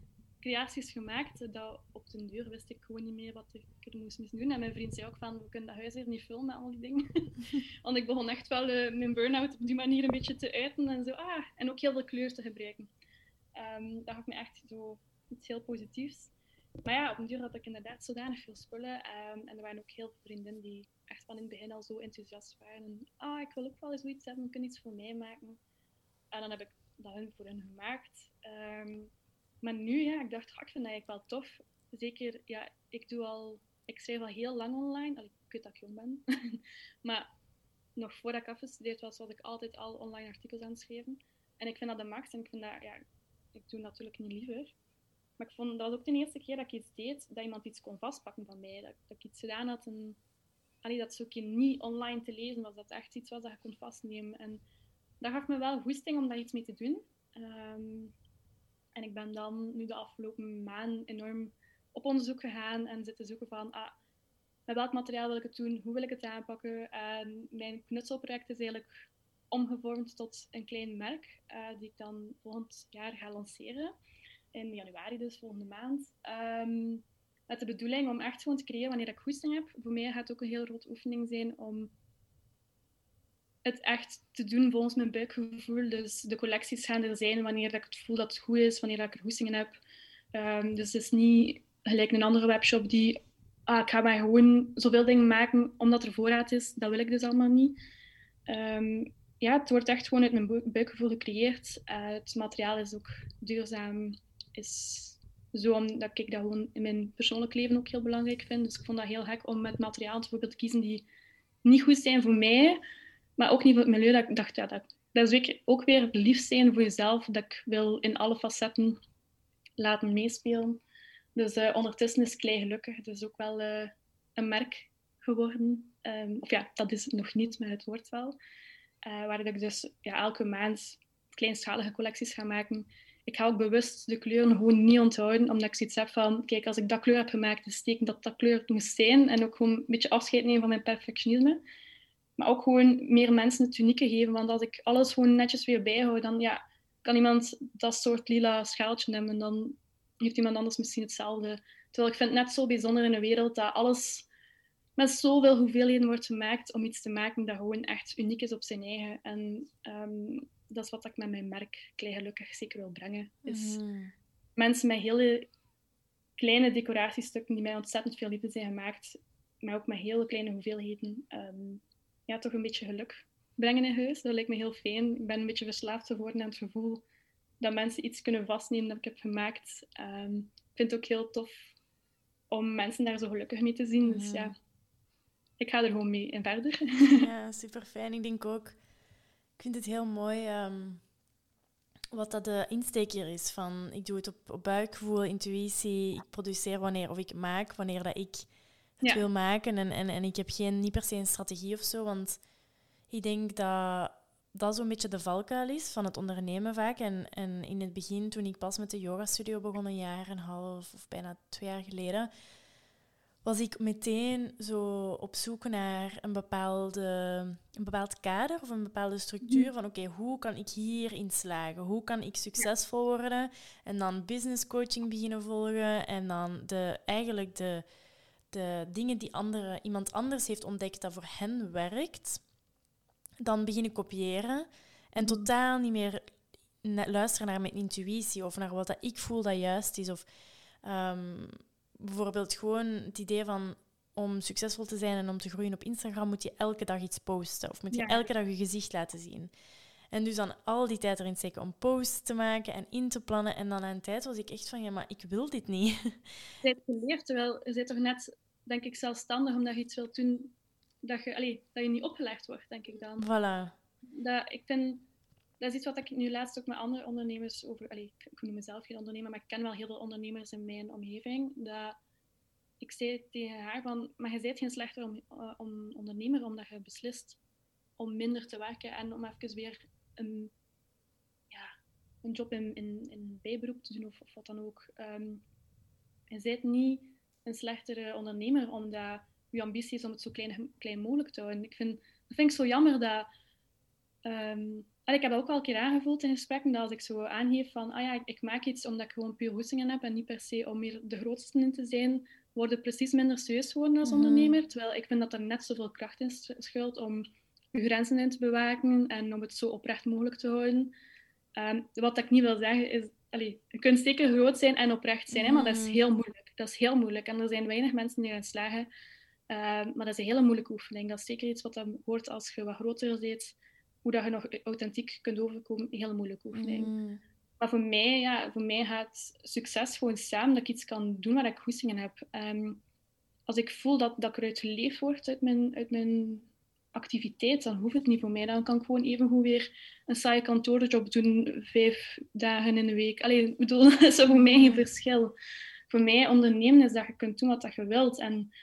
creaties gemaakt dat op den duur wist ik gewoon niet meer wat ik er moest doen. En mijn vriend zei ook van, we kunnen dat huis hier niet vullen met al die dingen. Want ik begon echt wel uh, mijn burn-out op die manier een beetje te uiten en zo. Ah, en ook heel veel kleur te gebruiken. Um, dat gaf me echt zo iets heel positiefs. Maar ja, op den duur had ik inderdaad zodanig veel spullen. Um, en er waren ook heel veel vriendinnen die echt van in het begin al zo enthousiast waren. En, ah, ik wil ook wel eens zoiets hebben, ik kan iets voor mij maken. En dan heb ik dat hun voor hen gemaakt. Um, maar nu, ja, ik dacht, ah, ik vind dat eigenlijk wel tof. Zeker, ja, ik doe al, ik schrijf al heel lang online. Allee, ik weet dat ik jong ben. Maar nog voordat ik afgestudeerd was, was ik altijd al online artikels aan het schrijven. En ik vind dat de max. En ik vind dat, ja, ik doe natuurlijk niet liever. Maar ik vond, dat was ook de eerste keer dat ik iets deed, dat iemand iets kon vastpakken van mij. Dat, dat ik iets gedaan had en allee, dat zo niet online te lezen was. Dat het echt iets was dat je kon vastnemen. En dat gaf me wel goesting om daar iets mee te doen. Um, en ik ben dan nu de afgelopen maanden enorm op onderzoek gegaan en zitten zoeken van ah, met welk materiaal wil ik het doen, hoe wil ik het aanpakken. En mijn knutselproject is eigenlijk omgevormd tot een klein merk uh, die ik dan volgend jaar ga lanceren. In januari dus, volgende maand. Um, met de bedoeling om echt gewoon te creëren wanneer ik goesting heb. Voor mij gaat het ook een heel grote oefening zijn om het echt te doen volgens mijn buikgevoel. Dus de collecties gaan er zijn wanneer ik het voel dat het goed is, wanneer ik er goesting in heb. Um, dus het is niet gelijk een andere webshop die... Ah, ik ga maar gewoon zoveel dingen maken omdat er voorraad is. Dat wil ik dus allemaal niet. Um, ja, het wordt echt gewoon uit mijn buikgevoel gecreëerd. Uh, het materiaal is ook duurzaam. Is zo omdat ik dat gewoon in mijn persoonlijk leven ook heel belangrijk vind. Dus ik vond dat heel gek om met materiaal bijvoorbeeld te kiezen die niet goed zijn voor mij, maar ook niet voor het milieu. Dat ik dacht, ja, dat, dat is ook weer het liefst zijn voor jezelf. Dat ik wil in alle facetten laten meespelen. Dus uh, ondertussen is Klei Gelukkig dus ook wel uh, een merk geworden. Um, of ja, dat is het nog niet, maar het wordt wel. Uh, waar ik dus ja, elke maand kleinschalige collecties ga maken. Ik ga ook bewust de kleuren gewoon niet onthouden, omdat ik zoiets heb van, kijk, als ik dat kleur heb gemaakt, is het teken dat dat kleur moest zijn. En ook gewoon een beetje afscheid nemen van mijn perfectionisme. Maar ook gewoon meer mensen het unieke geven. Want als ik alles gewoon netjes weer bijhoud, dan ja, kan iemand dat soort lila schaaltje hebben en dan heeft iemand anders misschien hetzelfde. Terwijl ik vind het net zo bijzonder in een wereld dat alles met zoveel hoeveelheden wordt gemaakt om iets te maken dat gewoon echt uniek is op zijn eigen. En um, dat is wat ik met mijn merk Klei Gelukkig zeker wil brengen. Is mm. mensen met hele kleine decoratiestukken die mij ontzettend veel liefde zijn gemaakt, maar ook met hele kleine hoeveelheden, um, ja, toch een beetje geluk brengen in huis. Dat lijkt me heel fijn. Ik ben een beetje verslaafd geworden aan het gevoel dat mensen iets kunnen vastnemen dat ik heb gemaakt. Um, ik vind het ook heel tof om mensen daar zo gelukkig mee te zien. Mm. Dus ja, ik ga er gewoon mee in verder. Ja, super fijn. Ik denk ook, ik vind het heel mooi um, wat dat de insteek hier is. Van, ik doe het op, op buikgevoel, intuïtie. Ik produceer wanneer, of ik maak wanneer dat ik het ja. wil maken. En, en, en ik heb geen, niet per se een strategie of zo. Want ik denk dat dat zo'n beetje de valkuil is van het ondernemen vaak. En, en in het begin, toen ik pas met de yogastudio begon, een jaar en een half of bijna twee jaar geleden, was ik meteen zo op zoek naar een, bepaalde, een bepaald kader of een bepaalde structuur. Van oké, okay, hoe kan ik hierin slagen? Hoe kan ik succesvol worden? En dan business coaching beginnen volgen. En dan de, eigenlijk de, de dingen die andere, iemand anders heeft ontdekt dat voor hen werkt, dan beginnen kopiëren. En totaal niet meer luisteren naar mijn intuïtie of naar wat dat ik voel dat juist is. Of um, bijvoorbeeld gewoon het idee van om succesvol te zijn en om te groeien op Instagram moet je elke dag iets posten. Of moet je ja. elke dag je gezicht laten zien. En dus dan al die tijd erin steken om posts te maken en in te plannen. En dan aan een tijd was ik echt van, ja, maar ik wil dit niet. Je hebt geleerd, terwijl je bent toch net, denk ik, zelfstandig omdat je iets wilt doen dat je, allee, dat je niet opgelegd wordt, denk ik dan. Voilà. Dat, ik vind, dat is iets wat ik nu laatst ook met andere ondernemers over... Allee, ik, ik noem mezelf geen ondernemer, maar ik ken wel heel veel ondernemers in mijn omgeving. Dat ik zei tegen haar van, maar je bent geen slechter om, uh, om ondernemer omdat je beslist om minder te werken en om even weer een, ja, een job in, in, in bijberoep te doen of, of wat dan ook. Um, je bent niet een slechtere ondernemer omdat je ambitie is om het zo klein, klein mogelijk te houden. Ik vind, dat vind ik zo jammer dat Um, en ik heb dat ook al een keer aangevoeld in gesprekken, dat als ik zo aangeef van, ah ja, ik, ik maak iets omdat ik gewoon puur goestingen heb en niet per se om meer de grootste in te zijn, worden precies minder serieus geworden als Mm-hmm. ondernemer. Terwijl ik vind dat er net zoveel kracht in schuilt om je grenzen in te bewaken en om het zo oprecht mogelijk te houden. Um, wat ik niet wil zeggen is, allee, je kunt zeker groot zijn en oprecht zijn, mm-hmm. hè, maar dat is heel moeilijk. Dat is heel moeilijk en er zijn weinig mensen die erin slagen. Uh, maar dat is een hele moeilijke oefening. Dat is zeker iets wat dan hoort als je wat groter bent. Hoe dat je nog authentiek kunt overkomen, een hele moeilijke oefening. Mm. Maar voor mij, ja, voor mij gaat succes gewoon samen dat ik iets kan doen waar ik goestingen heb. Um, als ik voel dat, dat ik eruit geleefd word uit mijn, uit mijn activiteit, dan hoeft het niet voor mij. Dan kan ik gewoon evengoed weer een saaie kantoorjob doen, vijf dagen in de week. Allee, ik bedoel, dat is voor mij geen verschil. Voor mij, ondernemen is dat je kunt doen wat je wilt en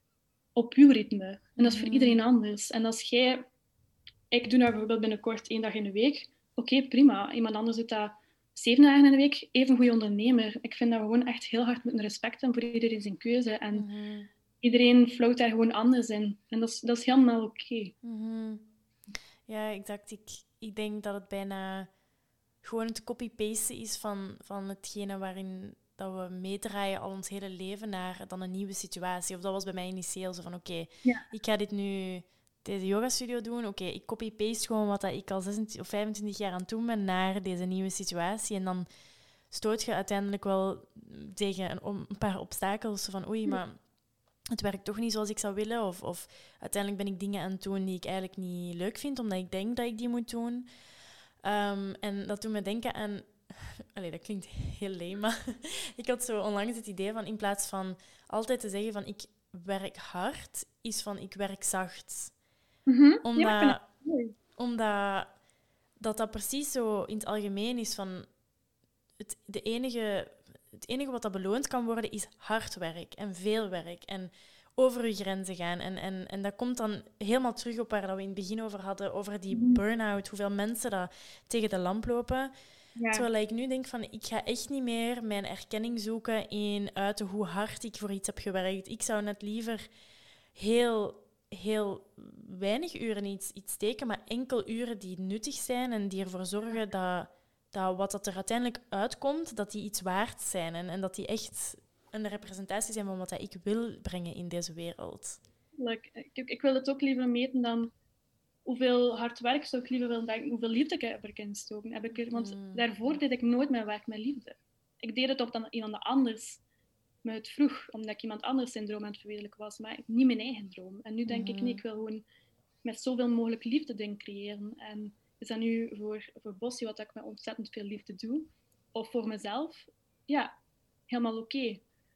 op uw ritme. En dat is voor mm. iedereen anders. En als jij... Ik doe dat bijvoorbeeld binnenkort één dag in de week. Oké, okay, prima. Iemand anders doet dat zeven dagen in de week. Even goede ondernemer. Ik vind dat we gewoon echt heel hard moeten respecten voor iedereen zijn keuze. En mm-hmm. iedereen float daar gewoon anders in. En dat is, dat is helemaal oké. Okay. Mm-hmm. Ja, exact. Ik, ik denk dat het bijna gewoon het copy-pasten is van, van hetgene waarin dat we meedraaien al ons hele leven naar dan een nieuwe situatie. Of dat was bij mij initieel zo van oké, okay, ja. ik ga dit nu... deze yogastudio doen. Oké, okay, ik copy-paste gewoon wat ik al zesentwintig of vijfentwintig jaar aan het doen ben naar deze nieuwe situatie. En dan stoot je uiteindelijk wel tegen een, een paar obstakels van oei, maar het werkt toch niet zoals ik zou willen. Of, of uiteindelijk ben ik dingen aan het doen die ik eigenlijk niet leuk vind, omdat ik denk dat ik die moet doen. Um, en dat doet me denken aan... Allee, dat klinkt heel lame, maar ik had zo onlangs het idee van in plaats van altijd te zeggen van ik werk hard, is van ik werk zacht. Mm-hmm. Omdat, ja, omdat dat, dat precies zo in het algemeen is van... Het, de enige, het enige wat dat beloond kan worden, is hard werk en veel werk. En over je grenzen gaan. En, en, en dat komt dan helemaal terug op waar we in het begin over hadden, over die burn-out, hoeveel mensen dat tegen de lamp lopen. Ja. Terwijl ik nu denk van, ik ga echt niet meer mijn erkenning zoeken in uiten hoe hard ik voor iets heb gewerkt. Ik zou net liever heel... heel weinig uren iets, iets steken, maar enkel uren die nuttig zijn en die ervoor zorgen dat, dat wat dat er uiteindelijk uitkomt, dat die iets waard zijn en, en dat die echt een representatie zijn van wat ik wil brengen in deze wereld. Like, ik, ik wil het ook liever meten dan hoeveel hard werk zou ik liever willen denken, hoeveel liefde ik heb erin gestoken. Heb ik er, want mm. daarvoor deed ik nooit mijn werk met liefde. Ik deed het op dan iemand anders me het vroeg, omdat ik iemand anders zijn droom aan het verwezenlijken was, maar niet mijn eigen droom. En nu denk mm. ik, nee, ik wil gewoon met zoveel mogelijk liefde dingen creëren. En is dat nu voor, voor Bossie, wat ik met ontzettend veel liefde doe, of voor mezelf? Ja, helemaal oké. Okay.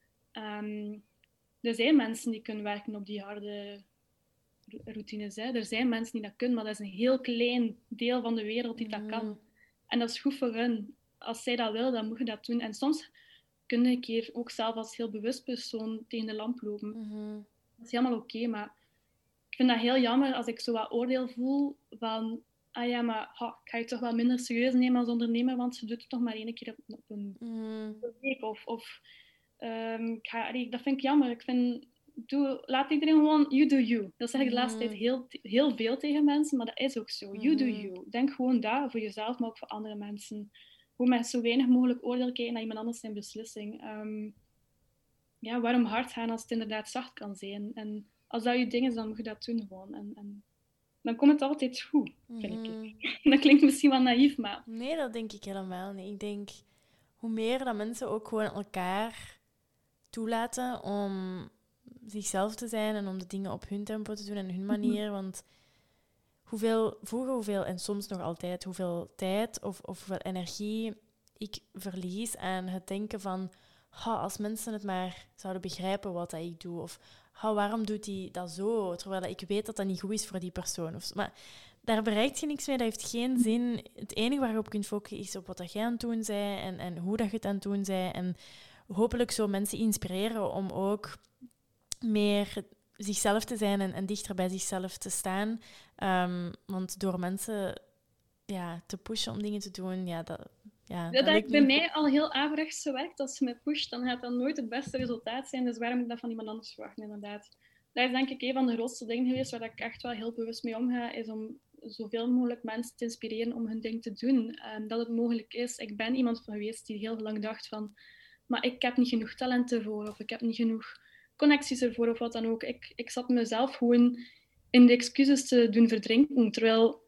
Um, er zijn mensen die kunnen werken op die harde routines. Hè. Er zijn mensen die dat kunnen, maar dat is een heel klein deel van de wereld die dat mm. kan. En dat is goed voor hen. Als zij dat willen, dan moet je dat doen. En soms kun je een keer ook zelf als heel bewust persoon tegen de lamp lopen. Mm-hmm. Dat is helemaal oké, okay, maar ik vind dat heel jammer als ik zo wat oordeel voel van ah ja, maar ha, ik ga je toch wel minder serieus nemen als ondernemer, want ze doet het toch maar één keer op, op een mm. week. Of, of um, ik ga, dat vind ik jammer. Ik vind, doe, laat iedereen gewoon, you do you. Dat zeg ik de laatste tijd heel, heel veel tegen mensen, maar dat is ook zo. You mm-hmm. do you. Denk gewoon daar voor jezelf, maar ook voor andere mensen. Hoe met zo weinig mogelijk oordeel kijken naar iemand anders zijn beslissing. Um, ja, waarom hard gaan als het inderdaad zacht kan zijn? En als dat je ding is, dan moet je dat doen gewoon. En, en dan komt het altijd goed, vind mm-hmm. ik. Dat klinkt misschien wel naïef, maar... Nee, dat denk ik helemaal niet. Ik denk, hoe meer dat mensen ook gewoon elkaar toelaten om zichzelf te zijn en om de dingen op hun tempo te doen en hun manier, mm-hmm. want... Hoeveel, vroeger hoeveel, en soms nog altijd, hoeveel tijd of, of hoeveel energie ik verlies aan het denken van ha, als mensen het maar zouden begrijpen wat dat ik doe. Of ha, waarom doet hij dat zo, terwijl ik weet dat dat niet goed is voor die persoon. Of, maar daar bereikt je niks mee, dat heeft geen zin. Het enige waar je op kunt focussen is op wat dat jij aan het doen bent en, en hoe dat je het aan het doen bent. En hopelijk zo mensen inspireren om ook meer... zichzelf te zijn en, en dichter bij zichzelf te staan. Um, want door mensen ja, te pushen om dingen te doen, ja, dat... Ja, dat heeft bij mij al heel averechts gewerkt. Als je me pusht, dan gaat dat nooit het beste resultaat zijn. Dus waarom moet ik dat van iemand anders verwachten, inderdaad. Dat is denk ik een van de grootste dingen geweest waar ik echt wel heel bewust mee omga, is om zoveel mogelijk mensen te inspireren om hun ding te doen. Um, dat het mogelijk is. Ik ben iemand geweest die heel lang dacht van, maar ik heb niet genoeg talent ervoor, of ik heb niet genoeg connecties ervoor, of wat dan ook. Ik, ik zat mezelf gewoon in de excuses te doen verdrinken, terwijl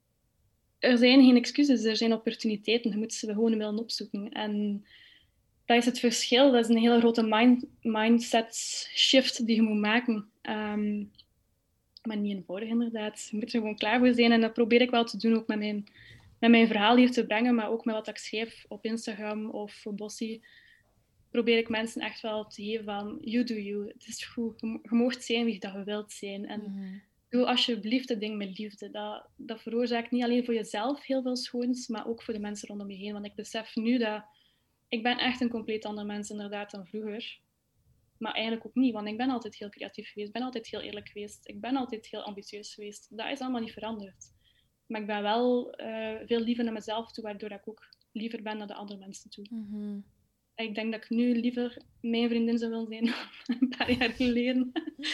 er zijn geen excuses, er zijn opportuniteiten. Je moet ze gewoon willen opzoeken. En dat is het verschil. Dat is een hele grote mind, mindset shift die je moet maken. Um, maar niet eenvoudig, inderdaad. Je moet er gewoon klaar voor zijn. En dat probeer ik wel te doen, ook met mijn, met mijn verhaal hier te brengen, maar ook met wat ik schrijf op Instagram of voor Bossy. Probeer ik mensen echt wel te geven van, you do you. Het is goed. Je, je mag zijn wie dat je wilt zijn. En mm-hmm. doe alsjeblieft het ding met liefde. Dat, dat veroorzaakt niet alleen voor jezelf heel veel schoons, maar ook voor de mensen rondom je heen. Want ik besef nu dat ik ben echt een compleet ander mens inderdaad dan vroeger. Maar eigenlijk ook niet, want ik ben altijd heel creatief geweest. Ik ben altijd heel eerlijk geweest. Ik ben altijd heel ambitieus geweest. Dat is allemaal niet veranderd. Maar ik ben wel uh, veel liever naar mezelf toe, waardoor ik ook liever ben naar de andere mensen toe. Mm-hmm. Ik denk dat ik nu liever mijn vriendin zou willen zijn dan een paar jaar geleden.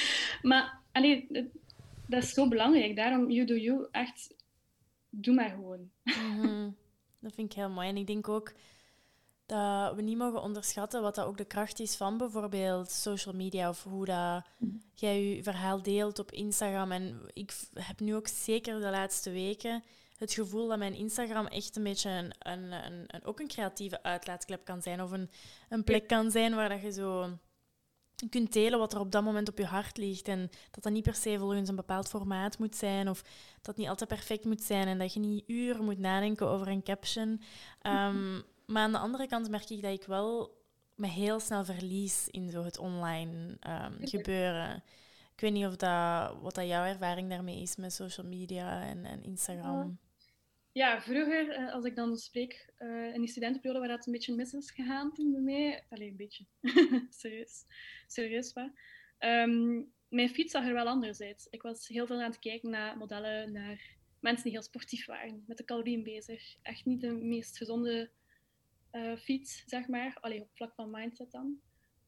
Maar allee, dat is zo belangrijk. Daarom, you do you, echt, doe maar gewoon. Mm-hmm. Dat vind ik heel mooi. En ik denk ook dat we niet mogen onderschatten wat dat ook de kracht is van bijvoorbeeld social media of hoe dat jij je verhaal deelt op Instagram. En ik heb nu ook zeker de laatste weken het gevoel dat mijn Instagram echt een beetje een, een, een, een, ook een creatieve uitlaatklep kan zijn. Of een, een plek kan zijn waar dat je zo kunt delen wat er op dat moment op je hart ligt. En dat dat niet per se volgens een bepaald formaat moet zijn. Of dat het niet altijd perfect moet zijn. En dat je niet uren moet nadenken over een caption. Um, maar aan de andere kant merk ik dat ik wel me heel snel verlies in zo het online um, gebeuren. Ik weet niet of dat, wat dat jouw ervaring daarmee is met social media en, en Instagram. Ja, vroeger, als ik dan spreek uh, in die studentenperiode waar dat een beetje mis is gegaan toen bij mij. Allee, een beetje. serieus. Serieus, wat. Um, mijn fiets zag er wel anders uit. Ik was heel veel aan het kijken naar modellen, naar mensen die heel sportief waren, met de calorieën bezig. Echt niet de meest gezonde uh, fiets, zeg maar. Allee, op vlak van mindset dan.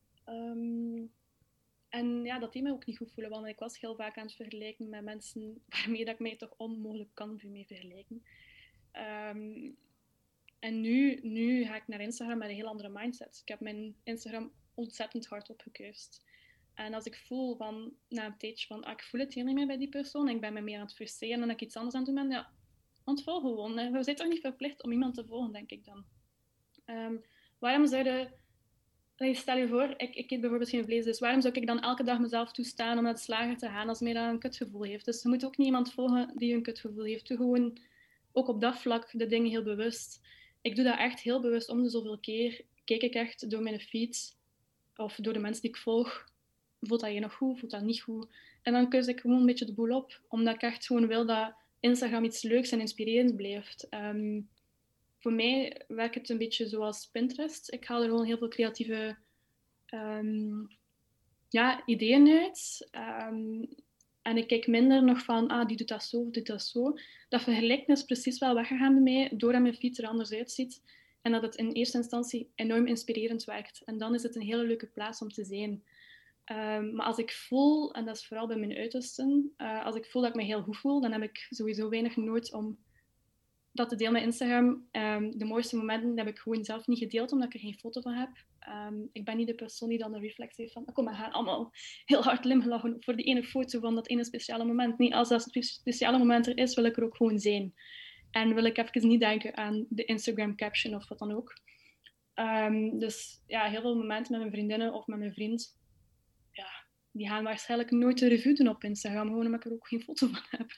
Um, En ja, dat deed mij ook niet goed voelen, want ik was heel vaak aan het vergelijken met mensen waarmee dat ik mij toch onmogelijk kan mee vergelijken. Um, en nu, nu ga ik naar Instagram met een heel andere mindset. Ik heb mijn Instagram ontzettend hard opgekuist. En als ik voel van, na een tijdje van, ah, ik voel het hier niet meer bij die persoon, en ik ben me meer aan het frustreren en ik iets anders aan het doen ben, ja, ontvolg gewoon. Hè. We zijn toch niet verplicht om iemand te volgen, denk ik dan. Um, waarom zouden... Stel je voor, ik, ik eet bijvoorbeeld geen vlees, dus waarom zou ik dan elke dag mezelf toestaan om naar de slager te gaan als mij dat een kutgevoel heeft? Dus je moet ook niet iemand volgen die een kutgevoel heeft. Doe gewoon ook op dat vlak de dingen heel bewust. Ik doe dat echt heel bewust om de zoveel keer. Kijk ik echt door mijn feed of door de mensen die ik volg. Voelt dat je nog goed, voelt dat niet goed? En dan kus ik gewoon een beetje de boel op, omdat ik echt gewoon wil dat Instagram iets leuks en inspirerends blijft. Um, Voor mij werkt het een beetje zoals Pinterest. Ik haal er gewoon heel veel creatieve um, ja, ideeën uit. Um, en ik kijk minder nog van, ah, die doet dat zo, of doet dat zo. Dat vergelijken is precies wel weggegaan bij mij, doordat mijn feed er anders uitziet. En dat het in eerste instantie enorm inspirerend werkt. En dan is het een hele leuke plaats om te zijn. Um, maar als ik voel, en dat is vooral bij mijn uitersten, uh, als ik voel dat ik me heel goed voel, dan heb ik sowieso weinig nood om dat te delen met Instagram. Um, de mooiste momenten heb ik gewoon zelf niet gedeeld, omdat ik er geen foto van heb. Um, ik ben niet de persoon die dan de reflex heeft van, kom, we gaan allemaal heel hard limlachen voor die ene foto van dat ene speciale moment. Nee, als dat speciale moment er is, wil ik er ook gewoon zijn. En wil ik even niet denken aan de Instagram caption of wat dan ook. Um, dus ja, heel veel momenten met mijn vriendinnen of met mijn vriend, ja, die gaan waarschijnlijk nooit een review doen op Instagram, gewoon omdat ik er ook geen foto van heb.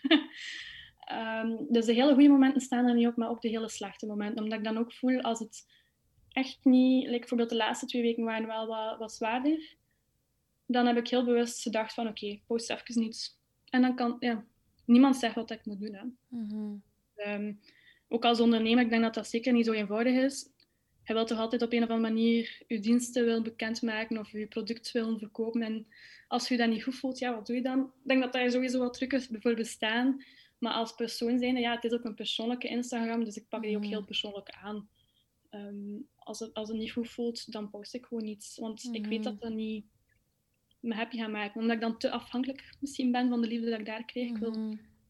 Um, dus de hele goede momenten staan er niet op, maar ook de hele slechte momenten. Omdat ik dan ook voel, als het echt niet... Like bijvoorbeeld de laatste twee weken waren wel wat, wat zwaarder. Dan heb ik heel bewust gedacht van, oké, okay, post even niets. En dan kan... Ja, niemand zegt wat ik moet doen. Hè. Mm-hmm. Um, ook als ondernemer, ik denk dat dat zeker niet zo eenvoudig is. Je wilt toch altijd op een of andere manier je diensten willen bekendmaken of je product willen verkopen. En als je je dat niet goed voelt, ja, wat doe je dan? Ik denk dat daar sowieso wat trucs voor bestaan. Maar als persoon zijnde, ja, het is ook een persoonlijke Instagram, dus ik pak die ook heel persoonlijk aan. Um, als, het, als het niet goed voelt, dan post ik gewoon niets. Want mm-hmm. ik weet dat dat niet me happy gaat maken. Omdat ik dan te afhankelijk misschien ben van de liefde dat ik daar kreeg. Mm-hmm. Ik wil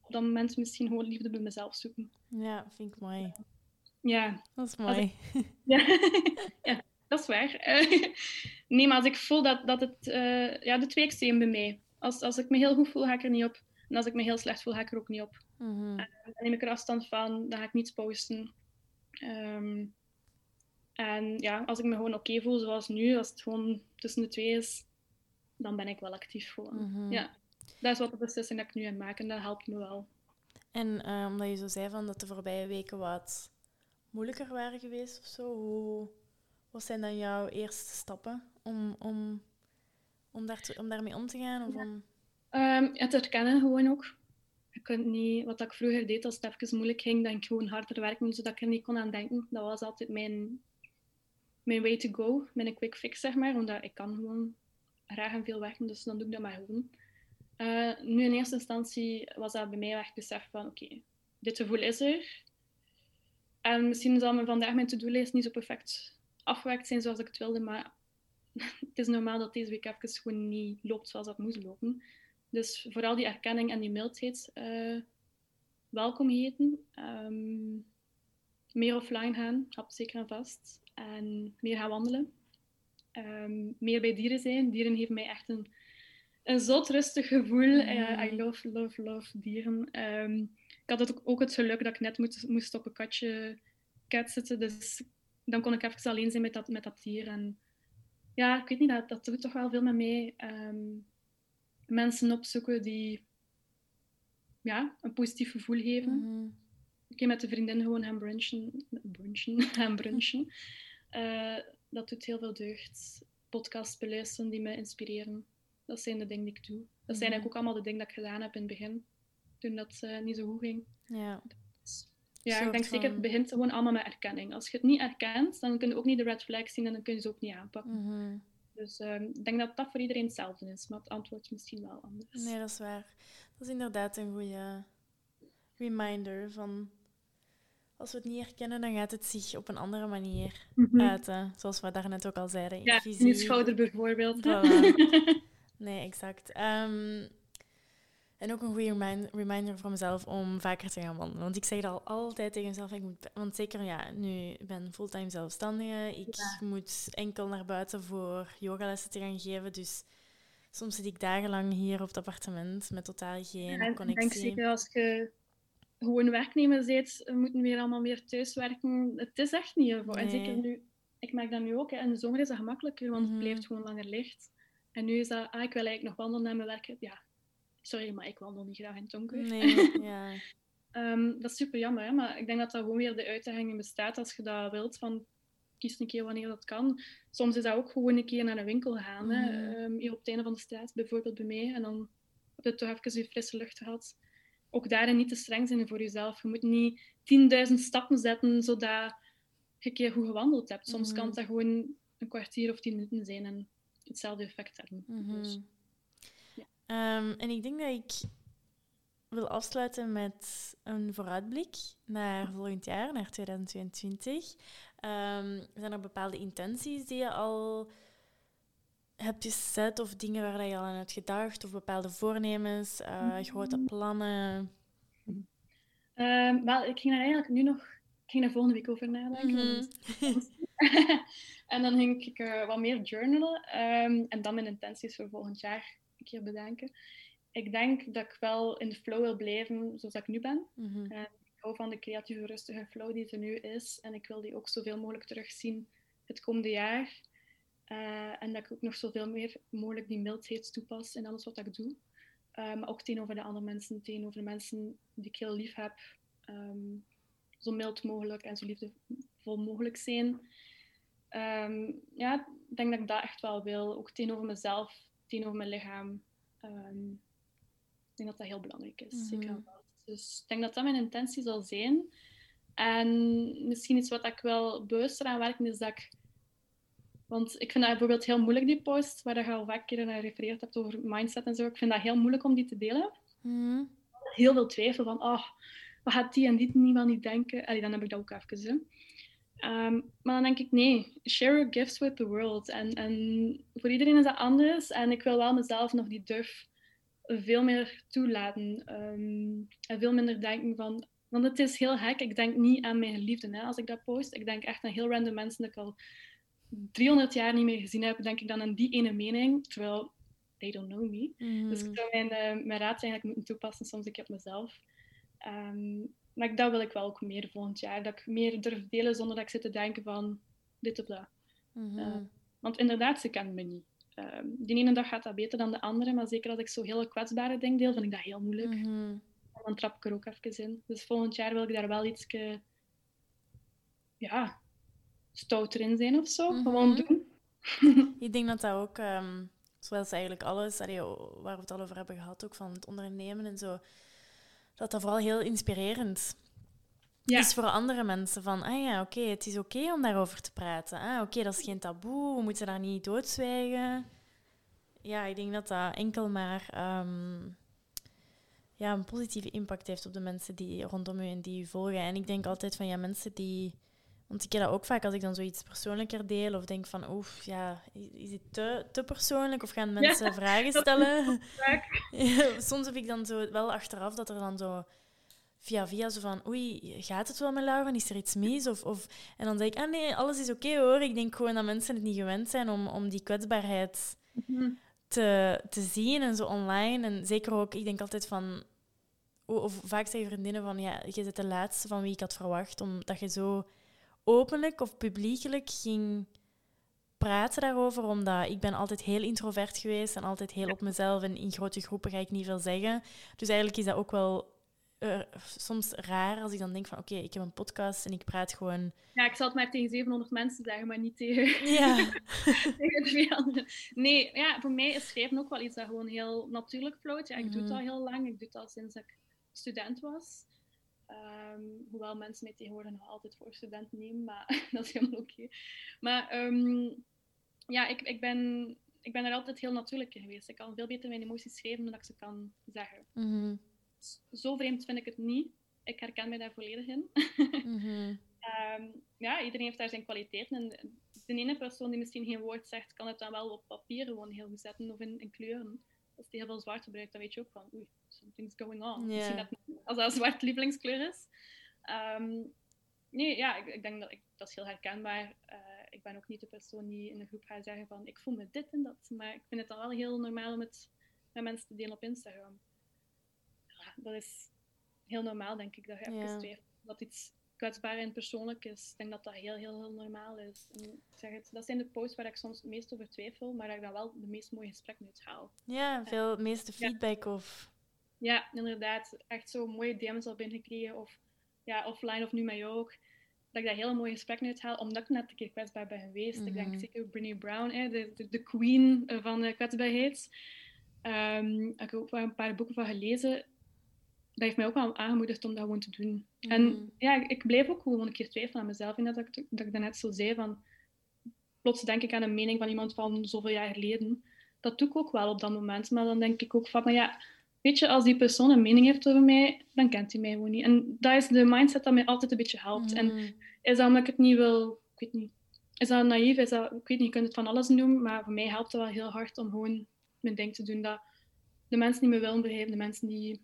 op dat moment misschien gewoon liefde bij mezelf zoeken. Ja, vind ik mooi. Ja. Dat is mooi. Ik, ja. ja, dat is waar. Uh, nee, maar als ik voel dat, dat het... Uh, ja, de twee extreem bij mij. Als, als ik me heel goed voel, ga ik er niet op. En als ik me heel slecht voel, ga ik er ook niet op. Mm-hmm. Uh, dan neem ik er afstand van, dan ga ik niets posten. Um, en ja, als ik me gewoon oké okay voel, zoals nu, als het gewoon tussen de twee is, dan ben ik wel actief gewoon. Mm-hmm. Ja, dat is wat de beslissing dat ik nu aan maak en dat helpt me wel. En uh, omdat je zo zei van dat de voorbije weken wat moeilijker waren geweest of zo, hoe, wat zijn dan jouw eerste stappen om, om, om, daar te, om daarmee om te gaan? Of ja. om... um, het herkennen gewoon ook. Je kunt niet, wat ik vroeger deed als het even moeilijk ging, dat ik gewoon harder werken zodat ik er niet kon aan denken. Dat was altijd mijn, mijn way to go, mijn quick fix, zeg maar. Omdat ik kan gewoon graag en veel werken, dus dan doe ik dat maar gewoon. Uh, nu in eerste instantie was dat bij mij echt besef van oké, okay, dit gevoel is er. En misschien zal me vandaag mijn to-do-lijst niet zo perfect afgewerkt zijn zoals ik het wilde, maar het is normaal dat deze week even gewoon niet loopt zoals dat moest lopen. Dus vooral die erkenning en die mildheid uh, welkom heten. Um, meer offline gaan, helpt zeker en vast. En meer gaan wandelen. Um, meer bij dieren zijn. Dieren geven mij echt een, een zot rustig gevoel. Mm. Uh, I love, love, love dieren. Um, ik had ook, ook het geluk dat ik net moest, moest op een katje cat zitten. Dus dan kon ik even alleen zijn met dat, met dat dier. En ja, ik weet niet, dat, dat doet toch wel veel met mij. Um, mensen opzoeken die ja, een positief gevoel geven. Mm-hmm. Een keer met de vriendin gewoon gaan brunchen. brunchen, gaan brunchen. Uh, dat doet heel veel deugd. Podcasts beluisteren die me inspireren. Dat zijn de dingen die ik doe. Dat mm-hmm. zijn eigenlijk ook allemaal de dingen dat ik gedaan heb in het begin. Toen dat uh, niet zo goed ging. Ja, dus, ja ik denk van... zeker, het begint gewoon allemaal met erkenning. Als je het niet erkent, dan kun je ook niet de red flags zien en dan kun je ze ook niet aanpakken. Mm-hmm. Dus um, ik denk dat dat voor iedereen hetzelfde is, maar het antwoord is misschien wel anders. Nee, dat is waar. Dat is inderdaad een goede reminder van... Als we het niet herkennen, dan gaat het zich op een andere manier mm-hmm. uiten. Zoals we daarnet ook al zeiden. In ja, visie. in je schouder bijvoorbeeld. Voilà. Nee, exact. Um, en ook een goede remind- reminder voor mezelf om vaker te gaan wandelen. Want ik zeg dat al altijd tegen mezelf. Ik moet, want zeker, ja, nu ben ik fulltime zelfstandige. Ik ja. moet enkel naar buiten voor yogalessen te gaan geven. Dus soms zit ik dagenlang hier op het appartement met totaal geen ja, connectie. Ik denk zeker als je gewoon werknemer bent, we moeten weer allemaal meer thuiswerken. Het is echt niet ervoor. Nee. En zeker nu, ik merk dat nu ook. Hè. In de zomer is dat gemakkelijker, want mm-hmm. het blijft gewoon langer licht. En nu is dat, ah, ik wil eigenlijk nog wandelen naar mijn werk. Ja, sorry, maar ik wandel niet graag in het donker. Nee, ja. um, dat is super jammer, hè? Maar ik denk dat dat gewoon weer de uitdaging bestaat als je dat wilt. Van, kies een keer wanneer dat kan. Soms is dat ook gewoon een keer naar een winkel gaan. Mm-hmm. Hè? Um, hier op het einde van de straat, bijvoorbeeld bij mij. En dan heb je toch even je frisse lucht gehad. Ook daarin niet te streng zijn voor jezelf. Je moet niet tienduizend stappen zetten, zodat je een keer goed gewandeld hebt. Soms mm-hmm. kan dat gewoon een kwartier of tien minuten zijn en hetzelfde effect hebben. Mm-hmm. Dus, ja. um, en ik denk dat ik wil afsluiten met een vooruitblik naar volgend jaar, naar twintig tweeëntwintig. Um, zijn er bepaalde intenties die je al hebt gezet of dingen waar je al aan hebt gedacht of bepaalde voornemens, uh, grote plannen? Um, wel, ik ging daar eigenlijk nu nog... Ik ging daar volgende week over nadenken. Mm-hmm. En dan ging ik uh, wat meer journalen. Um, en dan mijn intenties voor volgend jaar een keer bedenken. Ik denk dat ik wel in de flow wil blijven zoals ik nu ben. Mm-hmm. Uh, ik hou van de creatieve, rustige flow die er nu is. En ik wil die ook zoveel mogelijk terugzien het komende jaar. Uh, en dat ik ook nog zoveel meer mogelijk die mildheid toepas in alles wat ik doe. Uh, maar ook tegenover de andere mensen, tegenover de mensen die ik heel lief heb. Um, zo mild mogelijk en zo liefdevol mogelijk zijn. Um, ja, ik denk dat ik dat echt wel wil. Ook tegenover mezelf, tegenover mijn lichaam. Um, ik denk dat dat heel belangrijk is. Mm-hmm. Zeker. Dus ik denk dat dat mijn intentie zal zijn. En misschien iets wat ik wel bewuster aan werken is dat ik... Want ik vind dat bijvoorbeeld heel moeilijk, die post, waar je al vaak keer naar gerefereerd hebt over mindset en zo. Ik vind dat heel moeilijk om die te delen. Mm-hmm. Heel veel twijfel van, oh, wat gaat die en die niet wel niet denken? Allee, dan heb ik dat ook even. Hè. Um, maar dan denk ik, nee, share your gifts with the world. En, en voor iedereen is dat anders. En ik wil wel mezelf nog die durf veel meer toelaten. Um, en veel minder denken van... Want het is heel gek. Ik denk niet aan mijn geliefden hè, als ik dat post. Ik denk echt aan heel random mensen die ik al driehonderd jaar niet meer gezien heb. Denk ik dan aan die ene mening. Terwijl, they don't know me. Mm. Dus ik zou mijn, uh, mijn raad eigenlijk moeten toepassen soms ik op mezelf. Um, maar dat wil ik wel ook meer volgend jaar. Dat ik meer durf delen zonder dat ik zit te denken van dit of dat. Mm-hmm. Uh, want inderdaad, ze kennen me niet. Uh, die ene dag gaat dat beter dan de andere. Maar zeker als ik zo hele kwetsbare dingen deel, vind ik dat heel moeilijk. Mm-hmm. Dan trap ik er ook even in. Dus volgend jaar wil ik daar wel iets... Ja, stouter in zijn of zo. Mm-hmm. Gewoon doen. Ik denk dat dat ook... Um, zoals eigenlijk alles allee, waar we het al over hebben gehad, ook van het ondernemen en zo... Dat dat vooral heel inspirerend ja. is voor andere mensen. Van, ah ja, oké, okay, het is oké okay om daarover te praten. Ah, oké, okay, dat is geen taboe. We moeten daar niet doodzwijgen. Ja, ik denk dat dat enkel maar um, ja, een positieve impact heeft op de mensen die rondom u en die u volgen. En ik denk altijd van, ja, mensen die... Want ik heb dat ook vaak als ik dan zoiets persoonlijker deel of denk van, oef, ja, is het te, te persoonlijk of gaan mensen ja, vragen stellen? Ja, soms heb ik dan zo wel achteraf dat er dan zo via via zo van, oei, gaat het wel met Lauren? Is er iets mis? Of, of, en dan denk ik, ah nee, alles is oké okay, hoor. Ik denk gewoon dat mensen het niet gewend zijn om, om die kwetsbaarheid mm-hmm. te, te zien en zo online. En zeker ook, ik denk altijd van, of vaak zeggen vriendinnen van, ja, je bent de laatste van wie ik had verwacht, omdat je zo... openlijk of publiekelijk ging praten daarover, omdat ik ben altijd heel introvert geweest en altijd heel op mezelf en in grote groepen ga ik niet veel zeggen. Dus eigenlijk is dat ook wel uh, soms raar als ik dan denk van oké, okay, ik heb een podcast en ik praat gewoon... Ja, ik zal het maar tegen zevenhonderd mensen zeggen, maar niet tegen, ja. tegen twee anderen. Nee, ja, voor mij is schrijven ook wel iets dat gewoon heel natuurlijk floot. Ja, ik mm-hmm. doe het al heel lang, ik doe het al sinds ik student was. Um, hoewel mensen mij tegenwoordig nog altijd voor student nemen, maar dat is helemaal oké. Okay. Maar um, ja, ik, ik, ben, ik ben er altijd heel natuurlijk in geweest. Ik kan veel beter mijn emoties schrijven dan ik ze kan zeggen. Mm-hmm. Zo vreemd vind ik het niet. Ik herken mij daar volledig in. Mm-hmm. um, ja, iedereen heeft daar zijn kwaliteiten. En de ene persoon die misschien geen woord zegt, kan het dan wel op papier gewoon heel goed zetten of in, in kleuren. Als die heel veel zwart gebruikt, dan weet je ook van oei, something's going on. Yeah. Misschien dat, als dat een zwart lievelingskleur is. Um, nee, ja, ik, ik denk dat ik, dat is heel herkenbaar. Uh, ik ben ook niet de persoon die in een groep gaat zeggen van ik voel me dit en dat. Maar ik vind het dan wel heel normaal om het met mensen te delen op Instagram. Ja, dat is heel normaal, denk ik, dat je even yeah. twijfelt dat iets kwetsbaar en persoonlijk is. Ik denk dat dat heel, heel, heel normaal is. En ik zeg het, dat zijn de posts waar ik soms het meest over twijfel, maar waar ik dan wel de meest mooie gesprekken uit haal. Ja, veel uh, meeste feedback ja. of... Ja, inderdaad. Echt zo mooie D M's al binnengekregen, of ja, offline of nu met jou ook. Dat ik daar hele mooie gesprekken uit haal, omdat ik net een keer kwetsbaar ben geweest. Mm-hmm. Ik denk zeker Brené Brown, hè, de, de, de queen van de kwetsbaarheid. Um, ik heb ook wel een paar boeken van gelezen. Dat heeft mij ook wel aangemoedigd om dat gewoon te doen. Mm-hmm. En ja, ik bleef ook gewoon een keer twijfelen aan mezelf. En dat ik, dat ik daarnet zo zei, van... Plots denk ik aan een mening van iemand van zoveel jaar geleden. Dat doe ik ook wel op dat moment. Maar dan denk ik ook van, maar ja... Weet je, als die persoon een mening heeft over mij, dan kent hij mij gewoon niet. En dat is de mindset dat mij altijd een beetje helpt. Mm-hmm. En is dat omdat ik het niet wil... Ik weet niet. Is dat naïef? Is dat... Ik weet niet, je kunt het van alles noemen. Maar voor mij helpt het wel heel hard om gewoon mijn ding te doen. Dat de mensen die me willen begrijpen, de mensen die...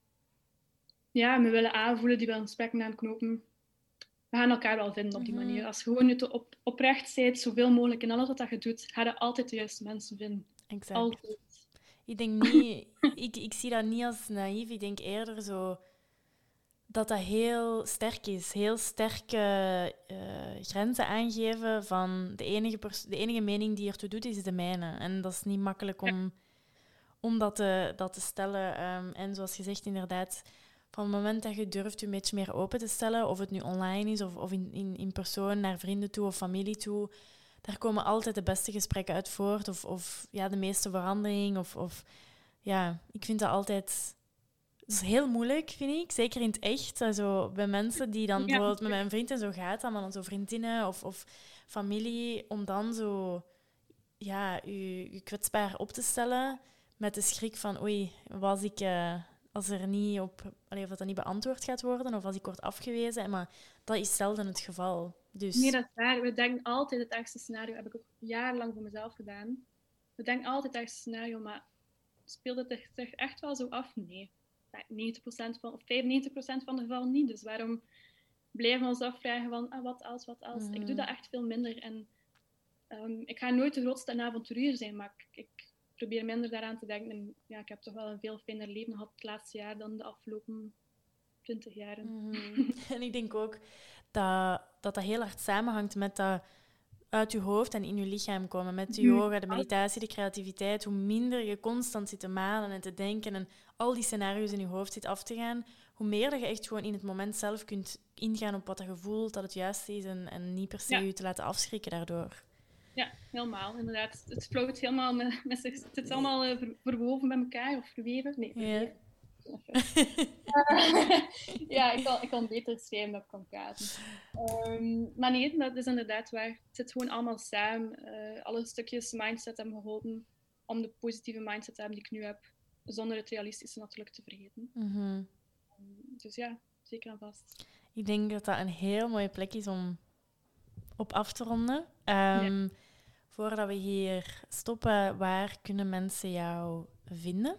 Ja, me willen aanvoelen, die willen gesprekken aanknopen. We gaan elkaar wel vinden op die mm-hmm. manier. Als je gewoon je op, oprecht bent, zoveel mogelijk in alles wat je doet, ga je altijd de juiste mensen vinden. Exact. Altijd. Ik denk niet... ik, ik zie dat niet als naïef. Ik denk eerder zo... Dat dat heel sterk is. Heel sterke uh, grenzen aangeven van... De enige, pers- de enige mening die ertoe doet, is de mijne. En dat is niet makkelijk om, ja. om dat, te, dat te stellen. Um, en zoals gezegd, inderdaad... Van het moment dat je durft je een beetje meer open te stellen, of het nu online is of, of in, in, in persoon naar vrienden toe of familie toe, daar komen altijd de beste gesprekken uit voort. Of, of ja, de meeste verandering. Of, of, ja, ik vind dat altijd... Het is heel moeilijk, vind ik. Zeker in het echt. Also, bij mensen die dan... Ja. Bijvoorbeeld met mijn vriend en zo gaat, maar dan zo vriendinnen of, of familie, om dan zo... Ja, je, je kwetsbaar op te stellen met de schrik van... Oei, was ik... Uh, als er niet op... Allee, of dat, dat niet beantwoord gaat worden, of als ik word afgewezen. Maar dat is zelden het geval. Dus... Nee, dat is waar. We denken altijd het ergste scenario. Dat heb ik ook jarenlang voor mezelf gedaan. We denken altijd het ergste scenario, maar speelt het zich echt wel zo af? Nee. negentig procent van, of vijfennegentig procent van de gevallen niet. Dus waarom blijven we ons afvragen van ah, wat als, wat als? Mm. Ik doe dat echt veel minder. En um, ik ga nooit de grootste avonturier zijn, maar ik, ik probeer minder daaraan te denken. En, ja, ik heb toch wel een veel fijner leven gehad het laatste jaar dan de afgelopen twintig jaren. Mm. En ik denk ook dat, dat dat heel hard samenhangt met dat uit je hoofd en in je lichaam komen. Met de yoga, de meditatie, de creativiteit. Hoe minder je constant zit te malen en te denken en al die scenario's in je hoofd zit af te gaan, hoe meer dat je echt gewoon in het moment zelf kunt ingaan op wat je voelt, dat het juiste is en, en niet per se ja. je te laten afschrikken daardoor. Ja, helemaal. Inderdaad. Het float helemaal met, met zich. Het is allemaal uh, ver, verwoven met elkaar of verweven. Nee, verweven. Ja. uh, ja, ik kan, ik kan beter schrijven dan ik kan praten. Um, maar nee, dat is inderdaad waar. Het zit gewoon allemaal samen. Uh, alle stukjes mindset hebben geholpen om de positieve mindset te hebben die ik nu heb, zonder het realistische natuurlijk te vergeten. Mm-hmm. Um, dus ja, zeker en vast. Ik denk dat dat een heel mooie plek is om op af te ronden. Um, ja. Voordat we hier stoppen, waar kunnen mensen jou vinden?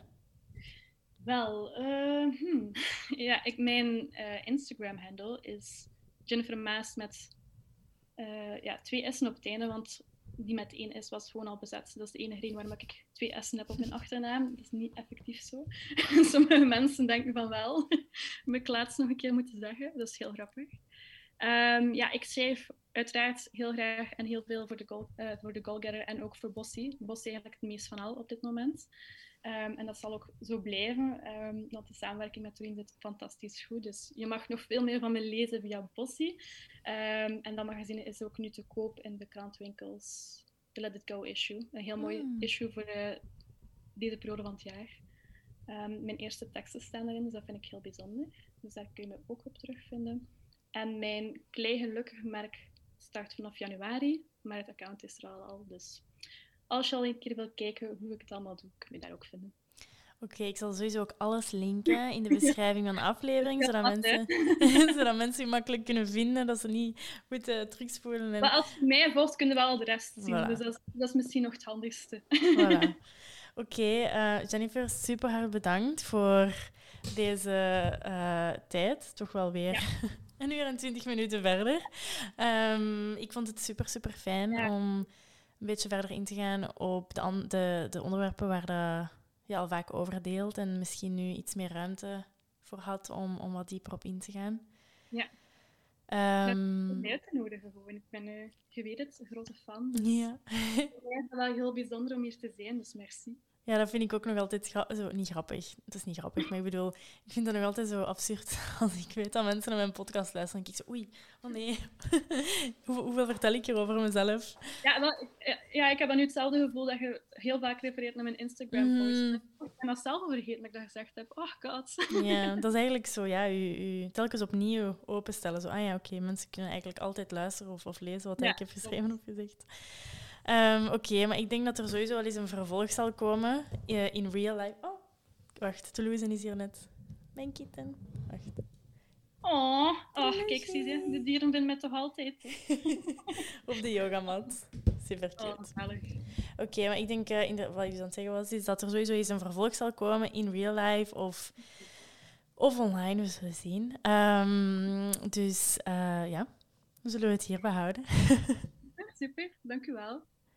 Wel, uh, hmm. ja, ik, mijn uh, Instagram-handle is Jennifer Maas met uh, ja, twee S'en op het einde, want die met één S was gewoon al bezet. Dat is de enige reden waarom ik twee S'en heb op mijn achternaam. Dat is niet effectief zo. Sommige mensen denken van wel. Maar ik laat het nog een keer moeten zeggen. Dat is heel grappig. Um, ja, ik schrijf uiteraard heel graag en heel veel voor de, goal, uh, voor de Goalgetter en ook voor Bossy. Bossy eigenlijk het meest van al op dit moment. Um, en dat zal ook zo blijven, um, want de samenwerking met Wien zit fantastisch goed. Dus je mag nog veel meer van me lezen via Bossy. Um, en dat magazine is ook nu te koop in de krantwinkels. De Let It Go issue. Een heel mooi mm. issue voor uh, deze periode van het jaar. Um, mijn eerste teksten staan erin, dus dat vind ik heel bijzonder. Dus daar kun je me ook op terugvinden. En mijn Klei Gelukkig merk start vanaf januari, maar het account is er al al, dus... Als je al een keer wil kijken hoe ik het allemaal doe, kun je daar ook vinden. Oké, okay, ik zal sowieso ook alles linken in de beschrijving van de aflevering, zodat mensen, zodat mensen je makkelijk kunnen vinden, dat ze niet moeten terugspoelen. En... Maar als je mij volgt, kun je wel de rest zien. Voilà. Dus dat is, dat is misschien nog het handigste. Voilà. Oké, okay, uh, Jennifer, super hard bedankt voor deze uh, tijd. Toch wel weer... Ja. Een uur en twintig minuten verder. Um, ik vond het super, super fijn ja. om een beetje verder in te gaan op de, an- de, de onderwerpen waar de, je al vaak over deelt en misschien nu iets meer ruimte voor had om, om wat dieper op in te gaan. Ja. Um, om mij te nodigen gewoon. Ik ben, uh, je weet het, een grote fan. Dus ja. Het is wel heel bijzonder om hier te zijn, dus merci. Ja, dat vind ik ook nog altijd gra- zo, niet grappig. Het is niet grappig, maar ik bedoel, ik vind dat nog altijd zo absurd als ik weet dat mensen naar mijn podcast luisteren. En ik zo, oei, oh nee, Hoe, hoeveel vertel ik hier over mezelf? Ja, wel, ja, ik heb dan nu hetzelfde gevoel dat je heel vaak refereert naar mijn Instagram-post. Mm. Ik ben dat zelf al vergeten dat ik dat gezegd heb. Oh god. Ja, dat is eigenlijk zo, ja, u, u telkens opnieuw openstellen. Zo, ah ja, oké, okay, mensen kunnen eigenlijk altijd luisteren of, of lezen wat ja, ik heb geschreven of gezegd. Um, Oké, okay, maar ik denk dat er sowieso wel eens een vervolg zal komen uh, in real life. Oh, wacht, Toulouse is hier net. Mijn kitten. Wacht. Oh, oh kijk, zie je, de dieren vinden mij toch altijd. Op de yogamat. Super cute. Oh, zalig. Oké, okay, maar ik denk, uh, in de, wat je aan het zeggen was, is dat er sowieso eens een vervolg zal komen in real life of, of online, we zullen zien. Um, dus uh, ja, we zullen het hierbij houden. Super, dank u wel.